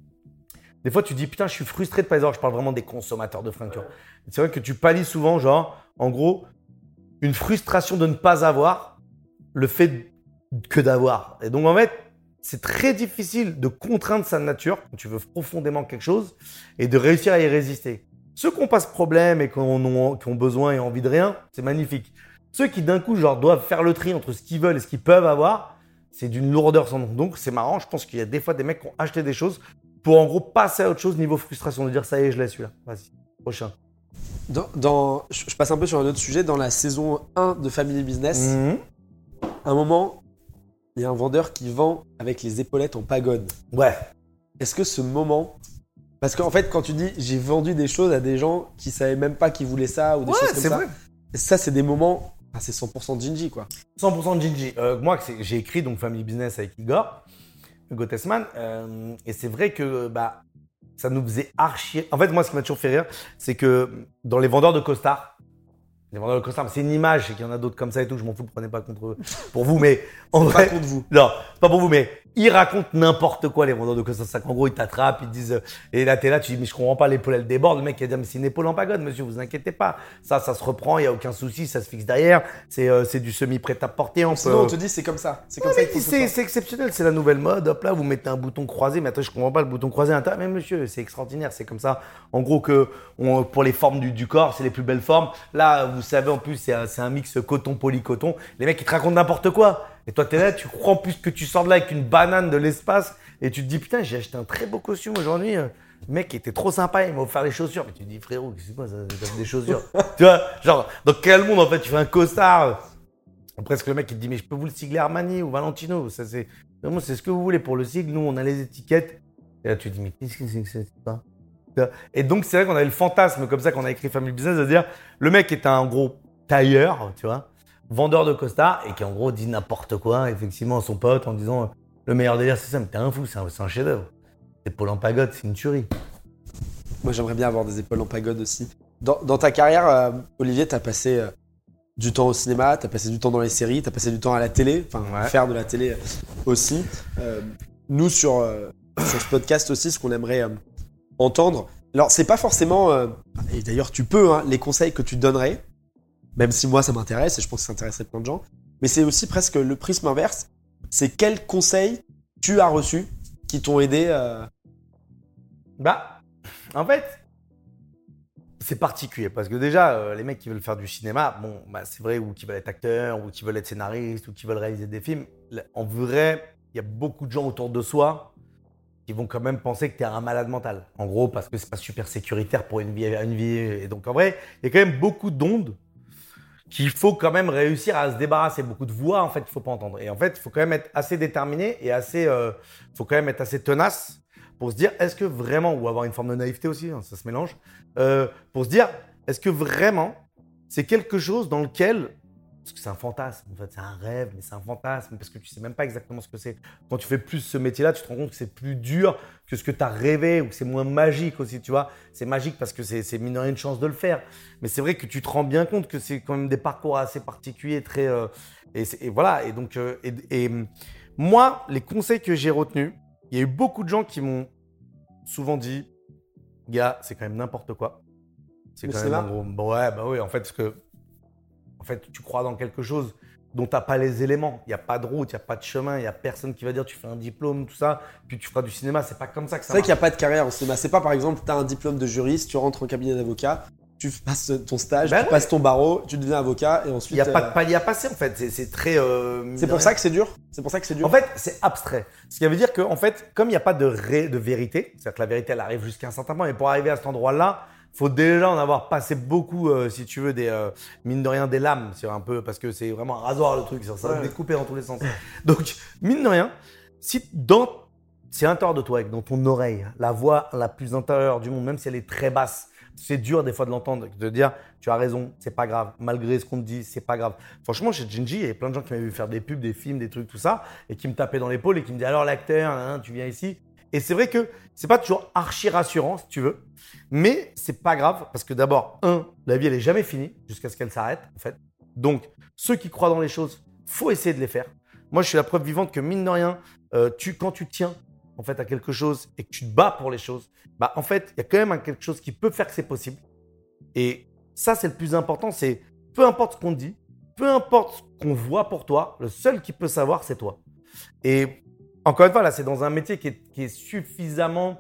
Des fois, tu dis, putain, je suis frustré de pas les avoir. Je parle vraiment des consommateurs de fringues. tu vois. C'est vrai que tu pallies souvent, genre, en gros, une frustration de ne pas avoir le fait que d'avoir. Et donc, en fait, c'est très difficile de contraindre sa nature quand tu veux profondément quelque chose et de réussir à y résister. Ceux qui n'ont pas ce problème et qui ont, qui ont besoin et envie de rien, c'est magnifique. Ceux qui d'un coup genre doivent faire le tri entre ce qu'ils veulent et ce qu'ils peuvent avoir, c'est d'une lourdeur sans nom. Donc c'est marrant, je pense qu'il y a des fois des mecs qui ont acheté des choses pour en gros passer à autre chose niveau frustration, de dire ça y est, je l'ai celui-là. Vas-y, prochain. Dans, dans- je je passe un peu sur un autre sujet. Dans la saison un de Family Business, Mhm. à un moment, il y a un vendeur qui vend avec les épaulettes en pagode. Ouais. Est-ce que ce moment. Parce qu'en fait, quand tu dis j'ai vendu des choses à des gens qui savaient même pas qu'ils voulaient ça ou des Ouais, choses comme c'est ça, vrai. ça, c'est des moments. Ah, c'est cent pour cent Gingy, quoi. cent pour cent de Gingy. Euh, moi, c'est- j'ai écrit donc Family Business avec Igor, Hugo Tessman, euh, et c'est vrai que bah, ça nous faisait archi. En fait, moi, ce qui m'a toujours fait rire, c'est que dans les vendeurs de costards, les vendeurs de costards, mais c'est une image, et qu'il y en a d'autres comme ça et tout, je m'en fous, prenez pas contre eux, pour vous, mais en Pas vrai, contre vous. non, pas pour vous, mais ils racontent n'importe quoi, les vendeurs de costards. C'est qu'en gros, ils t'attrapent, ils te disent, euh, et là, t'es là, tu dis, mais je comprends pas, l'épaule, elle déborde. Le mec, il va dire, mais c'est une épaule en pagode, monsieur, vous inquiétez pas. Ça, ça se reprend, il y a aucun souci, ça se fixe derrière. C'est euh, c'est du semi-prêt à porter. On Sinon, peut- on te dit c'est comme ça. C'est comme Ouais, ça mais qu'il faut c'est que ce c'est exceptionnel, c'est la nouvelle mode. Hop là, vous mettez un bouton croisé. Mais attends, je comprends pas le bouton croisé à l'intérieur. Mais monsieur, c'est extraordinaire. C'est comme ça. En gros, que on- pour les formes du, du corps, c'est les plus belles formes. Là, vous savez, en plus, c'est un, c'est un mix coton-polycoton. Les mecs, ils te racontent n'importe quoi. Et toi, t'es là, tu crois en plus que tu sors de là avec une banane de l'espace. Et tu te dis, putain, j'ai acheté un très beau costume aujourd'hui. Le mec était trop sympa, il m'a offert les chaussures. Mais tu te dis, frérot, c'est quoi ça, c'est des chaussures? Tu vois, genre, dans quel monde, en fait, tu fais un costard? Presque le mec, il te dit, mais je peux vous le sigler Armani ou Valentino. Ça, c'est vraiment, c'est ce que vous voulez pour le sigle. Nous, on a les étiquettes. Et là, tu te dis, mais qu'est-ce que c'est que c'est ça? Et donc, c'est vrai qu'on avait le fantasme, comme ça, qu'on a écrit Family Business, de dire, le mec est un gros tailleur, tu vois, vendeur de costards, et qui, en gros, dit n'importe quoi, effectivement, à son pote, en disant, le meilleur délire, c'est ça, mais t'es un fou, c'est un, c'est un chef-d'œuvre. C'est Paul en pagode, c'est une tuerie. Moi, j'aimerais bien avoir des épaules en pagode aussi. Dans, dans ta carrière, euh, Olivier, t'as passé euh, du temps au cinéma, t'as passé du temps dans les séries, t'as passé du temps à la télé, enfin, Ouais. faire de la télé euh, aussi. Euh, nous, sur, euh, sur ce podcast aussi, ce qu'on aimerait euh, entendre, alors, c'est pas forcément, euh, et d'ailleurs, tu peux, hein, les conseils que tu donnerais, même si moi, ça m'intéresse, et je pense que ça intéresserait plein de gens, mais c'est aussi presque le prisme inverse. C'est quels conseils tu as reçus qui t'ont aidé euh, Bah, en fait, c'est particulier parce que déjà, euh, les mecs qui veulent faire du cinéma, bon, bah, c'est vrai, ou qui veulent être acteurs, ou qui veulent être scénaristes, ou qui veulent réaliser des films. là, En vrai, il y a beaucoup de gens autour de soi qui vont quand même penser que tu es un malade mental. En gros, parce que c'est pas super sécuritaire pour une vie, une vie. Et donc, en vrai, il y a quand même beaucoup d'ondes qu'il faut quand même réussir à se débarrasser. Beaucoup de voix, en fait, il ne faut pas entendre. Et en fait, il faut quand même être assez déterminé et assez, euh, faut quand même être assez tenace pour se dire, est-ce que vraiment, ou avoir une forme de naïveté aussi, hein, ça se mélange, euh, pour se dire, est-ce que vraiment, c'est quelque chose dans lequel, parce que c'est un fantasme, en fait, c'est un rêve, mais c'est un fantasme, parce que tu ne sais même pas exactement ce que c'est. Quand tu fais plus ce métier-là, tu te rends compte que c'est plus dur que ce que tu as rêvé, ou que c'est moins magique aussi, tu vois. C'est magique parce que c'est, c'est mine de rien une chance de le faire. Mais c'est vrai que tu te rends bien compte que c'est quand même des parcours assez particuliers, très… Euh, et, et voilà, et donc… Euh, et, et moi, les conseils que j'ai retenus, il y a eu beaucoup de gens qui m'ont souvent dit, gars, c'est quand même n'importe quoi. C'est Le quand même cinéma en gros… Bah ouais, bah oui, en fait, parce que… En fait, tu crois dans quelque chose dont tu n'as pas les éléments. Il n'y a pas de route, il n'y a pas de chemin, il n'y a personne qui va dire tu fais un diplôme, tout ça, puis tu feras du cinéma. C'est pas comme ça que ça C'est vrai marche. qu'il n'y a pas de carrière au cinéma. C'est pas par exemple, tu as un diplôme de juriste, tu rentres en cabinet d'avocat, tu passes ton stage, Ben tu ouais. passes ton barreau, tu deviens avocat et Il ensuite. n'y a pas euh, de palier à passer en fait. C'est, c'est très. Euh, C'est pour ça que c'est dur. C'est pour ça que c'est dur. En fait, c'est abstrait. Ce qui veut dire qu'en fait, comme il n'y a pas de, ré, de vérité, c'est-à-dire que la vérité, elle arrive jusqu'à un certain point, mais pour arriver à cet endroit-là, il faut déjà en avoir passé beaucoup, euh, si tu veux, des, euh, mine de rien, des lames, c'est un peu, parce que c'est vraiment un rasoir le truc, ça va Ouais. se découper dans tous les sens. Donc, mine de rien, si dans, c'est à l'intérieur de toi, dans ton oreille, la voix la plus intérieure du monde, même si elle est très basse, c'est dur des fois de l'entendre, de dire tu as raison, c'est pas grave, malgré ce qu'on te dit, c'est pas grave. Franchement, chez Gingy, il y avait plein de gens qui m'avaient vu faire des pubs, des films, des trucs, tout ça, et qui me tapaient dans l'épaule et qui me disaient alors l'acteur, hein, tu viens ici. Et c'est vrai que c'est pas toujours archi rassurant, si tu veux, mais c'est pas grave parce que d'abord, un, la vie elle est jamais finie jusqu'à ce qu'elle s'arrête, en fait. Donc, ceux qui croient dans les choses, faut essayer de les faire. Moi, je suis la preuve vivante que mine de rien, euh, tu, quand tu tiens en fait à quelque chose et que tu te bats pour les choses, bah en fait, il y a quand même un quelque chose qui peut faire que c'est possible. Et ça, c'est le plus important, c'est peu importe ce qu'on te dit, peu importe ce qu'on voit pour toi, le seul qui peut savoir, c'est toi. Et encore une fois, là, c'est dans un métier qui est, qui est suffisamment…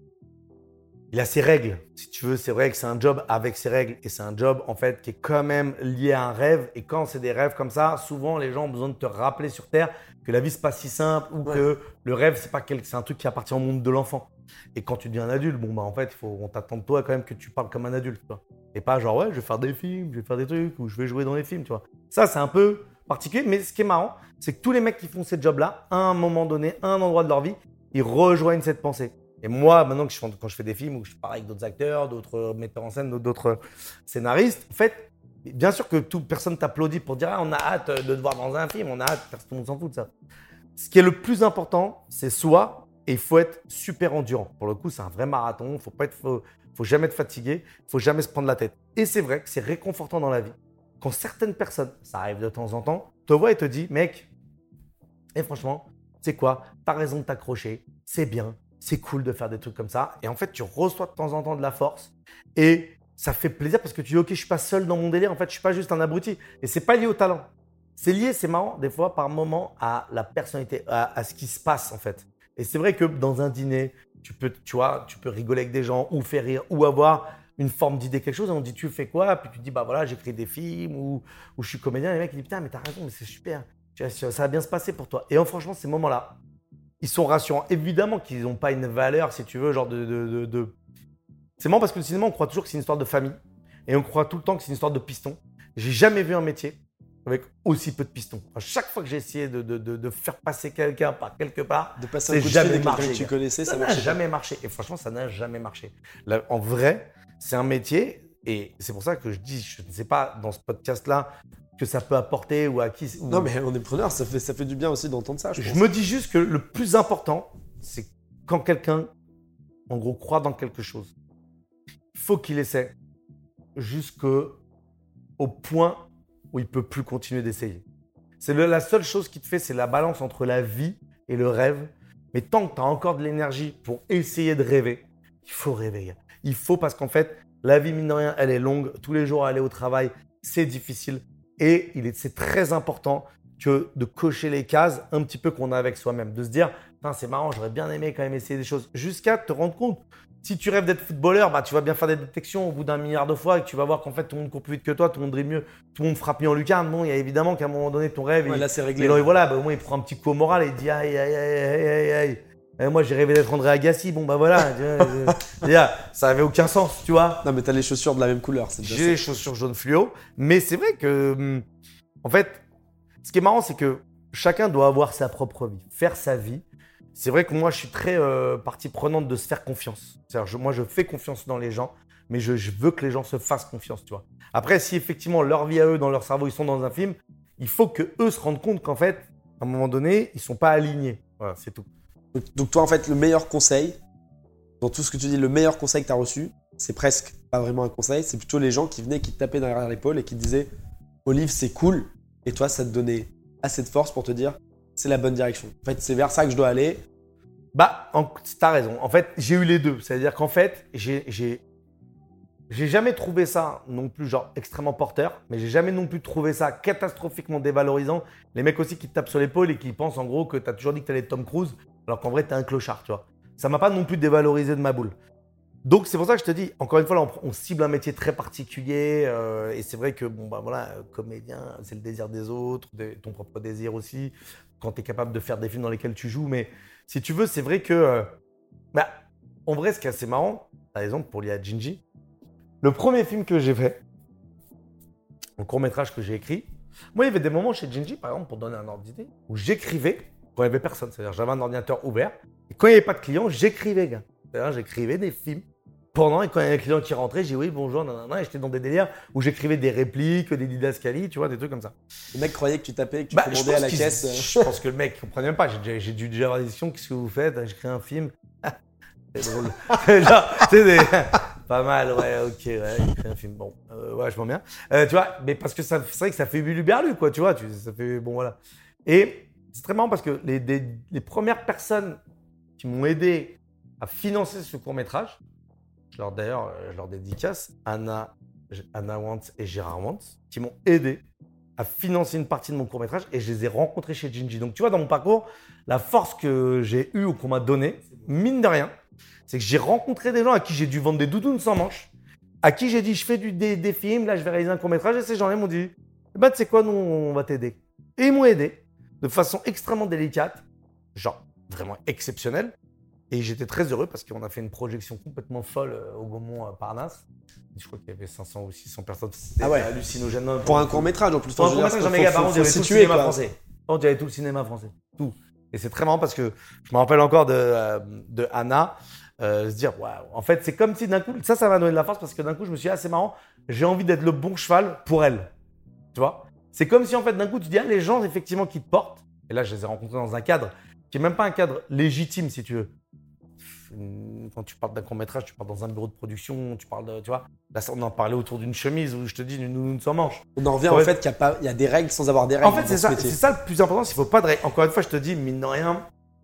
Il a ses règles, si tu veux. C'est vrai que c'est un job avec ses règles et c'est un job en fait qui est quand même lié à un rêve. Et quand c'est des rêves comme ça, souvent les gens ont besoin de te rappeler sur Terre que la vie c'est pas si simple ou Ouais. que le rêve c'est pas quel... c'est un truc qui appartient au monde de l'enfant. Et quand tu deviens un adulte, bon bah en fait, il faut on t'attend de toi quand même que tu parles comme un adulte, tu vois. Et pas genre ouais, je vais faire des films, je vais faire des trucs ou je vais jouer dans les films, tu vois. Ça c'est un peu particulier, mais ce qui est marrant, c'est que tous les mecs qui font ces jobs-là, à un moment donné, à un endroit de leur vie, ils rejoignent cette pensée. Et moi, maintenant que je, quand je fais des films où je parle avec d'autres acteurs, d'autres metteurs en scène, d'autres scénaristes, en fait, bien sûr que toute personne t'applaudit pour dire ah, on a hâte de te voir dans un film, on a hâte, tout le monde s'en fout de ça. Ce qui est le plus important, c'est soi, et il faut être super endurant. Pour le coup, c'est un vrai marathon, il faut pas être, faut, faut jamais être fatigué, il faut jamais se prendre la tête. Et c'est vrai que c'est réconfortant dans la vie quand certaines personnes, ça arrive de temps en temps, te voient et te disent mec, et franchement, c'est quoi, t'as raison de t'accrocher, c'est bien. C'est cool de faire des trucs comme ça. Et en fait, tu reçois de temps en temps de la force. Et ça fait plaisir parce que tu dis, OK, je suis pas seul dans mon délire. En fait, je suis pas juste un abruti. Et c'est pas lié au talent. C'est lié, c'est marrant, des fois, par moment, à la personnalité, à, à ce qui se passe, en fait. Et c'est vrai que dans un dîner, tu peux, tu vois, tu peux rigoler avec des gens ou faire rire ou avoir une forme d'idée, quelque chose. Et on dit, tu fais quoi? Puis tu dis, bah voilà, j'écris des films ou, ou je suis comédien. Et les mecs, ils disent, putain, mais t'as raison, mais c'est super. Ça va bien se passer pour toi. Et en, franchement, ces moments-là, ils sont rassurants. Évidemment qu'ils n'ont pas une valeur, si tu veux, genre de, de, de, de… C'est marrant parce que le cinéma, on croit toujours que c'est une histoire de famille. Et on croit tout le temps que c'est une histoire de piston. J'ai jamais vu un métier avec aussi peu de pistons. À chaque fois que j'ai essayé de, de, de, de faire passer quelqu'un par quelque part, De passer un c'est coup de jamais fil avec quelqu'un marché, que tu gars. connaissais, ça ça n'a marchait pas. jamais marché. Et franchement, ça n'a jamais marché. Là, en vrai, c'est un métier. Et c'est pour ça que je dis, je ne sais pas dans ce podcast-là, que ça peut apporter ou à qui… ou- Non, mais on est preneur, ça fait, ça fait du bien aussi d'entendre ça, je Je pense. me dis juste que le plus important, c'est quand quelqu'un, en gros, croit dans quelque chose, il faut qu'il essaie jusqu'au point où il ne peut plus continuer d'essayer. C'est le- la seule chose qui te fait, c'est la balance entre la vie et le rêve. Mais tant que tu as encore de l'énergie pour essayer de rêver, il faut rêver. Gars. Il faut parce qu'en fait, la vie, mine de rien, elle est longue. Tous les jours, aller au travail, c'est difficile. Et il est, c'est très important que de cocher les cases un petit peu qu'on a avec soi-même. De se dire, c'est marrant, j'aurais bien aimé quand même essayer des choses. Jusqu'à te rendre compte. Si tu rêves d'être footballeur, bah, tu vas bien faire des détections au bout d'un milliard de fois et que tu vas voir qu'en fait, tout le monde court plus vite que toi, tout le monde dribble mieux, tout le monde frappe mieux en lucarne. Bon, il y a évidemment qu'à un moment donné, ton rêve, Ouais, il, là, c'est réglé. il- voilà, bah, au moins, il prend un petit coup au moral et il dit aïe, aïe, aïe, aïe, aïe, aïe. Et moi, j'ai rêvé d'être André Agassi. Bon, bah voilà. Tu vois, je- c'est-à-dire, ça avait aucun sens, tu vois. Non, mais t'as les chaussures de la même couleur. C'est déjà J'ai ça. les chaussures jaune fluo. Mais c'est vrai que, hum, en fait, ce qui est marrant, c'est que chacun doit avoir sa propre vie, faire sa vie. C'est vrai que moi, je suis très euh, partie prenante de se faire confiance. C'est-à-dire, je- moi, je fais confiance dans les gens, mais je, je veux que les gens se fassent confiance, tu vois. Après, si effectivement, leur vie à eux, dans leur cerveau, ils sont dans un film, il faut que eux se rendent compte qu'en fait, à un moment donné, ils sont pas alignés. Voilà, c'est tout. Donc, donc toi, en fait, le meilleur conseil, dans tout ce que tu dis, le meilleur conseil que tu as reçu, c'est presque pas vraiment un conseil, c'est plutôt les gens qui venaient, qui te tapaient derrière l'épaule et qui te disaient « Olive, c'est cool ». Et toi, ça te donnait assez de force pour te dire « c'est la bonne direction ». En fait, c'est vers ça que je dois aller. Bah, en- t'as raison. En fait, j'ai eu les deux. C'est-à-dire qu'en fait, j'ai, j'ai, j'ai jamais trouvé ça non plus genre extrêmement porteur, mais j'ai jamais non plus trouvé ça catastrophiquement dévalorisant. Les mecs aussi qui te tapent sur l'épaule et qui pensent en gros que t'as toujours dit que t'allais être Tom Cruise, alors qu'en vrai t'es un clochard, tu vois. Ça m'a pas non plus dévalorisé de ma boule. Donc c'est pour ça que je te dis, encore une fois, là, on, on cible un métier très particulier euh, et c'est vrai que bon bah voilà, euh, comédien, c'est le désir des autres, de- ton propre désir aussi, quand tu es capable de faire des films dans lesquels tu joues. Mais si tu veux, c'est vrai que, euh, bah, en vrai, ce qui est assez marrant, par exemple pour lier à Gingy, le premier film que j'ai fait, le court métrage que j'ai écrit, moi il y avait des moments chez Gingy, par exemple, pour donner un ordre d'idée, où j'écrivais quand il n'y avait personne. C'est-à-dire j'avais un ordinateur ouvert et quand il n'y avait pas de clients, j'écrivais, gars. C'est-à-dire j'écrivais des films. Pendant, et quand il y avait un client qui rentrait, j'ai dit oui, bonjour, nanana, et j'étais dans des délires où j'écrivais des répliques, des didascalies, tu vois, des trucs comme ça. Le mec croyait que tu tapais, que tu Bah, je commandais à pense la qu'il- caisse. euh. Je pense que le mec ne comprenait même pas. J'ai, déjà- j'ai dû déjà avoir des questions, qu'est-ce que vous faites? J'écris un film. C'est drôle. Genre, tu sais, des- pas mal, ouais, ok, ouais, j'écris un film. Bon, euh, ouais, je m'en bien. Euh, tu vois, mais parce que ça, c'est vrai que ça fait Berlu, quoi, tu vois, tu, ça fait, bon, voilà. Et c'est très marrant parce que les, des- les premières personnes qui m'ont aidé à financer ce court-métrage, je leur, d'ailleurs, je leur dédicace, Anna, Anna Wantz et Gérard Wantz, qui m'ont aidé à financer une partie de mon court-métrage et je les ai rencontrés chez Gingy. Donc, tu vois, dans mon parcours, la force que j'ai eue ou qu'on m'a donnée, mine de rien, c'est que j'ai rencontré des gens à qui j'ai dû vendre des doudounes sans manches, à qui j'ai dit, je fais du, des, des films, là, je vais réaliser un court-métrage, et ces gens-là m'ont dit, bah, tu sais quoi, nous, on va t'aider. Et ils m'ont aidé de façon extrêmement délicate, genre vraiment exceptionnelle. Et j'étais très heureux parce qu'on a fait une projection complètement folle euh, au Gaumont euh, Parnasse. Je crois qu'il y avait cinq cents ou six cents personnes. C'était Ah ouais. hallucinogène. Non, Pour un court-métrage en plus. Pour un je veux dire, court-métrage, faut- j'en méga, faut- par contre, faut il y avait tout le situer, cinéma quoi. français. Par contre, il y avait tout le cinéma français. Tout. Et c'est très marrant parce que je me rappelle encore de, euh, de Anna euh, se dire, waouh, en fait, c'est comme si d'un coup, ça, ça m'a donné de la force parce que d'un coup, je me suis dit, ah, c'est marrant, j'ai envie d'être le bon cheval pour elle. Tu vois? C'est comme si, en fait, d'un coup, tu dis, ah, les gens, effectivement, qui te portent, et là, je les ai rencontrés dans un cadre qui n'est même pas un cadre légitime, si tu veux. Quand tu parles d'un court-métrage, tu parles dans un bureau de production, tu parles de, tu vois, là, on en parlait autour d'une chemise où je te dis, une nounoune sans manche. On en revient Ouais. en fait qu'il y a, pas, il y a des règles sans avoir des règles. En fait, dans c'est ce ça, métier. c'est ça le plus important, c'est qu'il ne faut pas de règles. Encore une fois, je te dis, mine de rien,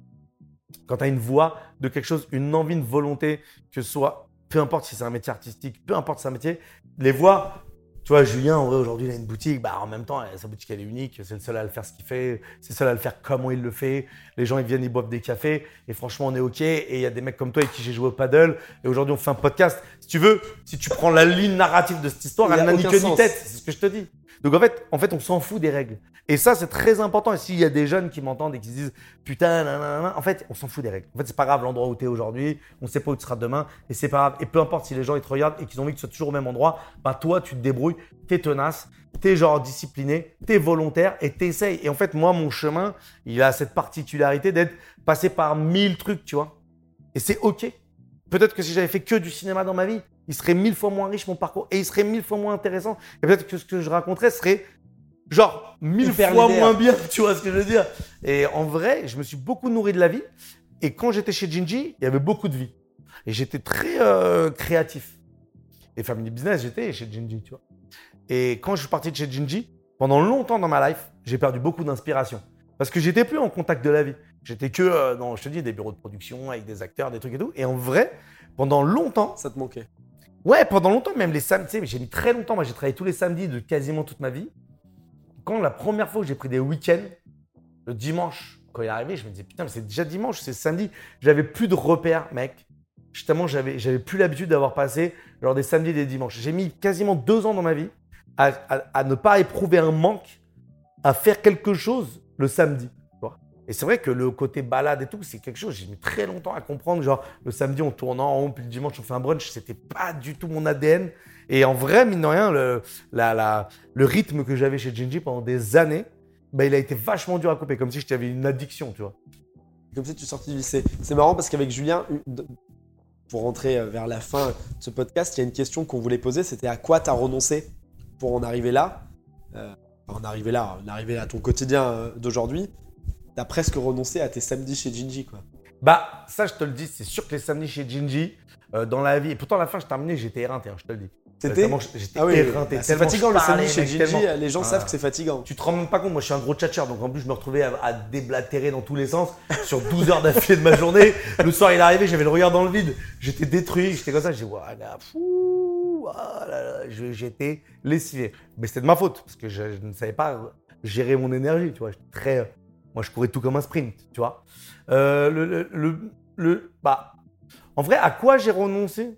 quand tu as une voix de quelque chose, une envie, une volonté, que ce soit, peu importe si c'est un métier artistique, peu importe si c'est un métier, les voix, tu vois, Julien, en vrai, aujourd'hui, il a une boutique, bah, en même temps, sa boutique, elle est unique, c'est le seul à le faire ce qu'il fait, c'est le seul à le faire comment il le fait. Les gens, ils viennent, ils boivent des cafés, et franchement, on est OK. Et il y a des mecs comme toi avec qui j'ai joué au paddle, et aujourd'hui, on fait un podcast. Si tu veux, si tu prends la ligne narrative de cette histoire, Il y a elle n'a ni aucun queue sens. ni tête, c'est ce que je te dis. Donc en fait, en fait, on s'en fout des règles. Et ça, c'est très important. Et s'il y a des jeunes qui m'entendent et qui se disent putain, nanana, en fait, on s'en fout des règles. En fait, c'est pas grave l'endroit où tu es aujourd'hui, on sait pas où tu seras demain, et c'est pas grave. Et peu importe si les gens ils te regardent et qu'ils ont envie que tu sois toujours au même endroit, bah toi, tu te débrouilles, t'es tenace, t'es genre discipliné, t'es volontaire et t'essayes. Et en fait, moi, mon chemin, il a cette particularité d'être passé par mille trucs, tu vois. Et c'est OK. Peut-être que si j'avais fait que du cinéma dans ma vie, il serait mille fois moins riche mon parcours et il serait mille fois moins intéressant. Et peut-être que ce que je raconterais serait genre mille Hyper fois linéaire. moins bien, tu vois ce que je veux dire. Et en vrai, je me suis beaucoup nourri de la vie. Et quand j'étais chez Gingy, il y avait beaucoup de vie. Et j'étais très euh, créatif. Et Family Business, j'étais chez Gingy, tu vois. Et quand je suis parti de chez Gingy, pendant longtemps dans ma life, j'ai perdu beaucoup d'inspiration. Parce que j'étais plus en contact de la vie. J'étais que euh, dans, je te dis, des bureaux de production avec des acteurs, des trucs et tout. Et en vrai, pendant longtemps, Ça te manquait. ouais, pendant longtemps, même les samedis, tu sais, j'ai mis très longtemps. Moi, j'ai travaillé tous les samedis de quasiment toute ma vie. Quand la première fois que j'ai pris des week-ends, le dimanche, quand il est arrivé, je me disais, putain, mais c'est déjà dimanche, c'est samedi. J'avais plus de repères, mec. Justement, j'avais, j'avais plus l'habitude d'avoir passé genre des samedis et des dimanches. J'ai mis quasiment deux ans dans ma vie à, à- à ne pas éprouver un manque à faire quelque chose le samedi. Tu vois. Et c'est vrai que le côté balade et tout, c'est quelque chose, j'ai mis très longtemps à comprendre. Genre, le samedi, on tourne en rond, puis le dimanche, on fait un brunch. C'était pas du tout mon A D N. Et en vrai, mine de rien, le, la, la, le rythme que j'avais chez Gingy pendant des années, bah, il a été vachement dur à couper, comme si j'avais une addiction, tu vois. Comme si tu sortais du lycée. C'est marrant parce qu'avec Julien, pour rentrer vers la fin de ce podcast, il y a une question qu'on voulait poser, c'était à quoi tu as renoncé pour en arriver là euh, En arriver là, en arriver à ton quotidien d'aujourd'hui. Tu as presque renoncé à tes samedis chez Gingy, quoi. Bah, ça, je te le dis, c'est sûr que les samedis chez Gingy, euh, dans la vie, et pourtant à la fin, je terminais, j'étais éreinté, hein, je te le dis. C'était euh, J'étais ah oui, éreinté. Bah, c'est fatigant le samedi chez Gingy, tellement... les gens ah. savent que c'est fatigant. Tu te rends même pas compte, moi je suis un gros tchatcheur, donc en plus je me retrouvais à, à déblatérer dans tous les sens sur douze heures d'affilée de ma journée. Le soir il est arrivé, j'avais le regard dans le vide, j'étais détruit, j'étais comme ça, j'ai dit, voilà, fou, ah là là, j'étais lessivé. Mais c'était de ma faute, parce que je, je ne savais pas gérer mon énergie, tu vois. J'étais très... Moi je courais tout comme un sprint, tu vois. Euh, le, le, le, le, bah, en vrai, à quoi j'ai renoncé?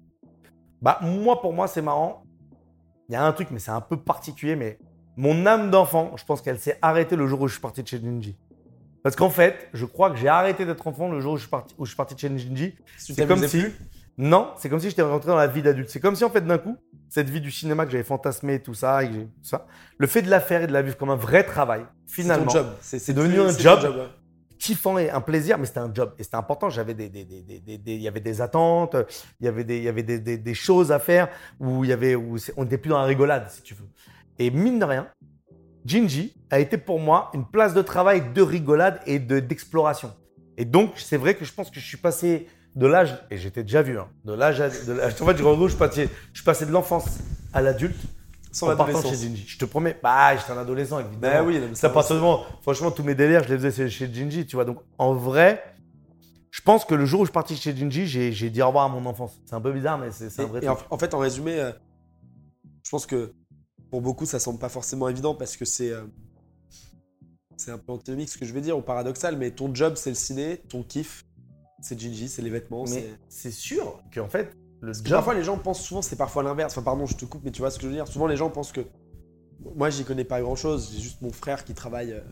Bah, moi, pour moi, c'est marrant. Il y a un truc, mais c'est un peu particulier, mais mon âme d'enfant, je pense qu'elle s'est arrêtée le jour où je suis parti de chez Gingy. Parce qu'en fait, je crois que j'ai arrêté d'être enfant le jour où je suis parti, où je suis parti de chez Gingy. C'est comme si… Plus non, c'est comme si j'étais rentré dans la vie d'adulte. C'est comme si, en fait, d'un coup, cette vie du cinéma que j'avais fantasmé, tout ça, et tout ça, le fait de la faire et de la vivre comme un vrai travail, finalement, c'est ton job. C'est, c'est devenu un job, job ouais. kiffant et un plaisir, mais c'était un job. Et c'était important. J'avais des, des, des, des, des, des, il y avait des attentes, il y avait des, il y avait des, des, des choses à faire où il y avait, où on n'était plus dans la rigolade, si tu veux. Et mine de rien, Gingy a été pour moi une place de travail de rigolade et de, d'exploration. Et donc, c'est vrai que je pense que je suis passé de l'âge, et j'étais déjà vu, hein, de l'âge à, de l'âge, en fait, je, je, suis passé, je suis passé de l'enfance à l'adulte sans en partant chez Gingy. Je te promets, bah, j'étais un adolescent, évidemment. Bah oui, non, ça passe seulement, franchement, tous mes délires, je les faisais chez Gingy, tu vois. Donc, en vrai, je pense que le jour où je suis parti chez Gingy, j'ai, j'ai dit au revoir à mon enfance. C'est un peu bizarre, mais c'est, c'est un vrai et truc. En, en fait, en résumé, euh, je pense que pour beaucoup, ça semble pas forcément évident parce que c'est, euh, c'est un peu antinomique ce que je vais dire, ou paradoxal, mais ton job, c'est le ciné, ton kiff, c'est Gingy, c'est les vêtements. Mais c'est, c'est sûr qu'en fait, le job… Parfois, les gens pensent souvent, c'est parfois l'inverse. Enfin, pardon, je te coupe, mais tu vois ce que je veux dire. Souvent, les gens pensent que… Moi, j'y connais pas grand-chose. J'ai juste mon frère qui travaille euh,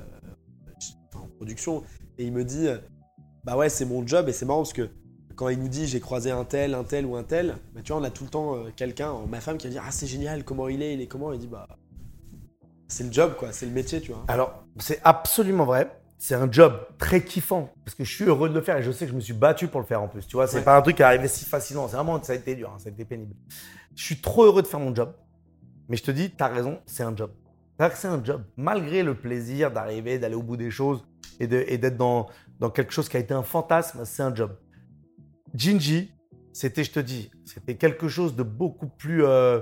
en production. Et il me dit, euh, bah ouais, c'est mon job. Et c'est marrant parce que quand il nous dit, j'ai croisé un tel, un tel ou un tel, bah tu vois, on a tout le temps euh, quelqu'un, ma femme qui va dire, ah, c'est génial, comment il est, il est comment. Il dit, bah, c'est le job, quoi, c'est le métier, tu vois. Alors, c'est absolument vrai. C'est un job très kiffant parce que je suis heureux de le faire et je sais que je me suis battu pour le faire en plus. Tu vois, c'est ouais. pas un truc qui est arrivé si facilement. C'est vraiment, ça a été dur, hein, ça a été pénible. Je suis trop heureux de faire mon job. Mais je te dis, t'as raison, c'est un job. C'est un job. Malgré le plaisir d'arriver, d'aller au bout des choses et, de, et d'être dans, dans quelque chose qui a été un fantasme, c'est un job. Gingy, c'était, je te dis, c'était quelque chose de beaucoup plus… Euh,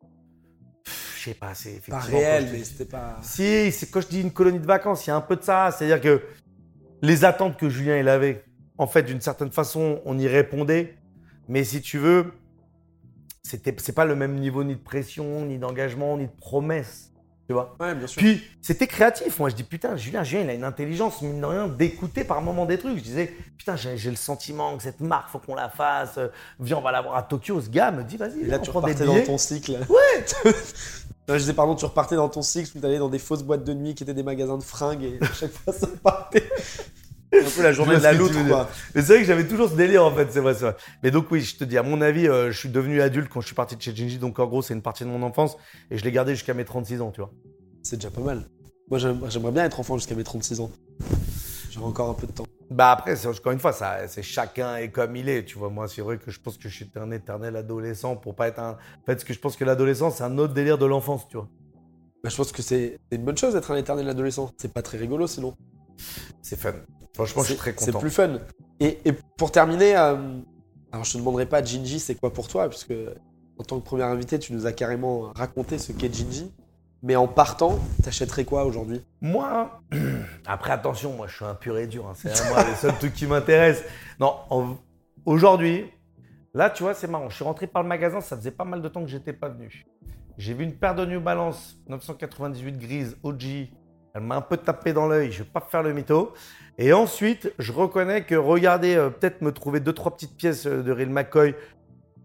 je sais pas, c'est effectivement… Pas réel, mais c'était pas… Si, c'est quand je dis une colonie de vacances, il y a un peu de ça. C'est-à-dire que les attentes que Julien il avait, en fait, d'une certaine façon, on y répondait. Mais si tu veux… C'était, c'est pas le même niveau ni de pression, ni d'engagement, ni de promesse, tu vois. Ouais, bien sûr. Puis, c'était créatif. Moi, je dis, putain, Julien, Julien, il a une intelligence, mine de rien, d'écouter par moments des trucs. Je disais, putain, j'ai, j'ai le sentiment que cette marque, faut qu'on la fasse. Viens, on va la voir à Tokyo. Ce gars me dit, vas-y, et là, on tu prend des repartais billets. Dans ton cycle. Ouais. Je disais, pardon, tu repartais dans ton cycle, tu allais dans des fausses boîtes de nuit qui étaient des magasins de fringues et à chaque fois, ça partait. Un peu la journée de la loutre, quoi. Mais c'est vrai que j'avais toujours ce délire, en fait, c'est vrai, c'est vrai. Mais donc, oui, je te dis, à mon avis, euh, je suis devenu adulte quand je suis parti de chez Gingy. Donc, en gros, c'est une partie de mon enfance et je l'ai gardé jusqu'à mes trente-six ans, tu vois. C'est déjà pas mal. Moi, j'aimerais bien être enfant jusqu'à mes trente-six ans. J'aurai encore un peu de temps. Bah, après, c'est, encore une fois, ça, c'est chacun est comme il est, tu vois. Moi, c'est vrai que je pense que je suis un éternel adolescent pour pas être un. En fait, parce que je pense que l'adolescence, c'est un autre délire de l'enfance, tu vois. Bah, je pense que c'est, c'est une bonne chose d'être un éternel adolescent. C'est pas très rigolo, sinon. C'est fun. Franchement, c'est, je suis très content. C'est plus fun. Et, et pour terminer, euh, alors je te demanderai pas, Gingy, c'est quoi pour toi, puisque en tant que premier invité, tu nous as carrément raconté ce qu'est Gingy. Mais en partant, t'achèterais quoi aujourd'hui ? Moi, après attention, moi je suis un pur et dur. Hein. C'est à moi les seuls trucs qui m'intéressent. Non, en, aujourd'hui, là tu vois, c'est marrant. Je suis rentré par le magasin, ça faisait pas mal de temps que j'étais pas venu. J'ai vu une paire de New Balance neuf cent quatre-vingt-dix-huit grise O G. Elle m'a un peu tapé dans l'œil, je vais pas faire le mytho. Et ensuite, je reconnais que regarder, euh, peut-être me trouver deux, trois petites pièces de Real McCoy,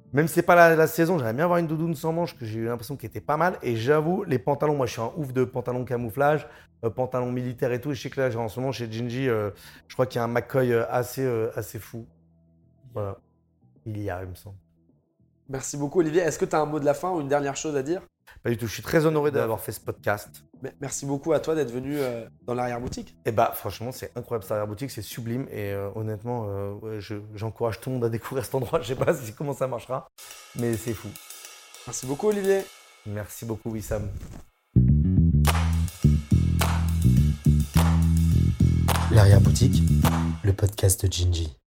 Même si c'est pas la, la saison, j'aimerais bien avoir une doudoune sans manches que j'ai eu l'impression qu'elle était pas mal. Et j'avoue, les pantalons, moi je suis un ouf de pantalons camouflage, euh, pantalons militaires et tout. Et je sais que là, genre, en ce moment chez Gingy, euh, je crois qu'il y a un McCoy euh, assez, euh, assez fou. Voilà. Il y a, il me semble. Merci beaucoup, Olivier. Est-ce que tu as un mot de la fin ou une dernière chose à dire? Pas du tout. Je suis très honoré d'avoir fait ce podcast. Merci beaucoup à toi d'être venu euh, dans l'arrière-boutique. Et bah, franchement, c'est incroyable. Cette arrière-boutique, c'est sublime. Et euh, honnêtement, euh, ouais, je, j'encourage tout le monde à découvrir cet endroit. Je sais pas si, comment ça marchera, mais c'est fou. Merci beaucoup, Olivier. Merci beaucoup, Wissam. L'arrière-boutique, le podcast de Gingy.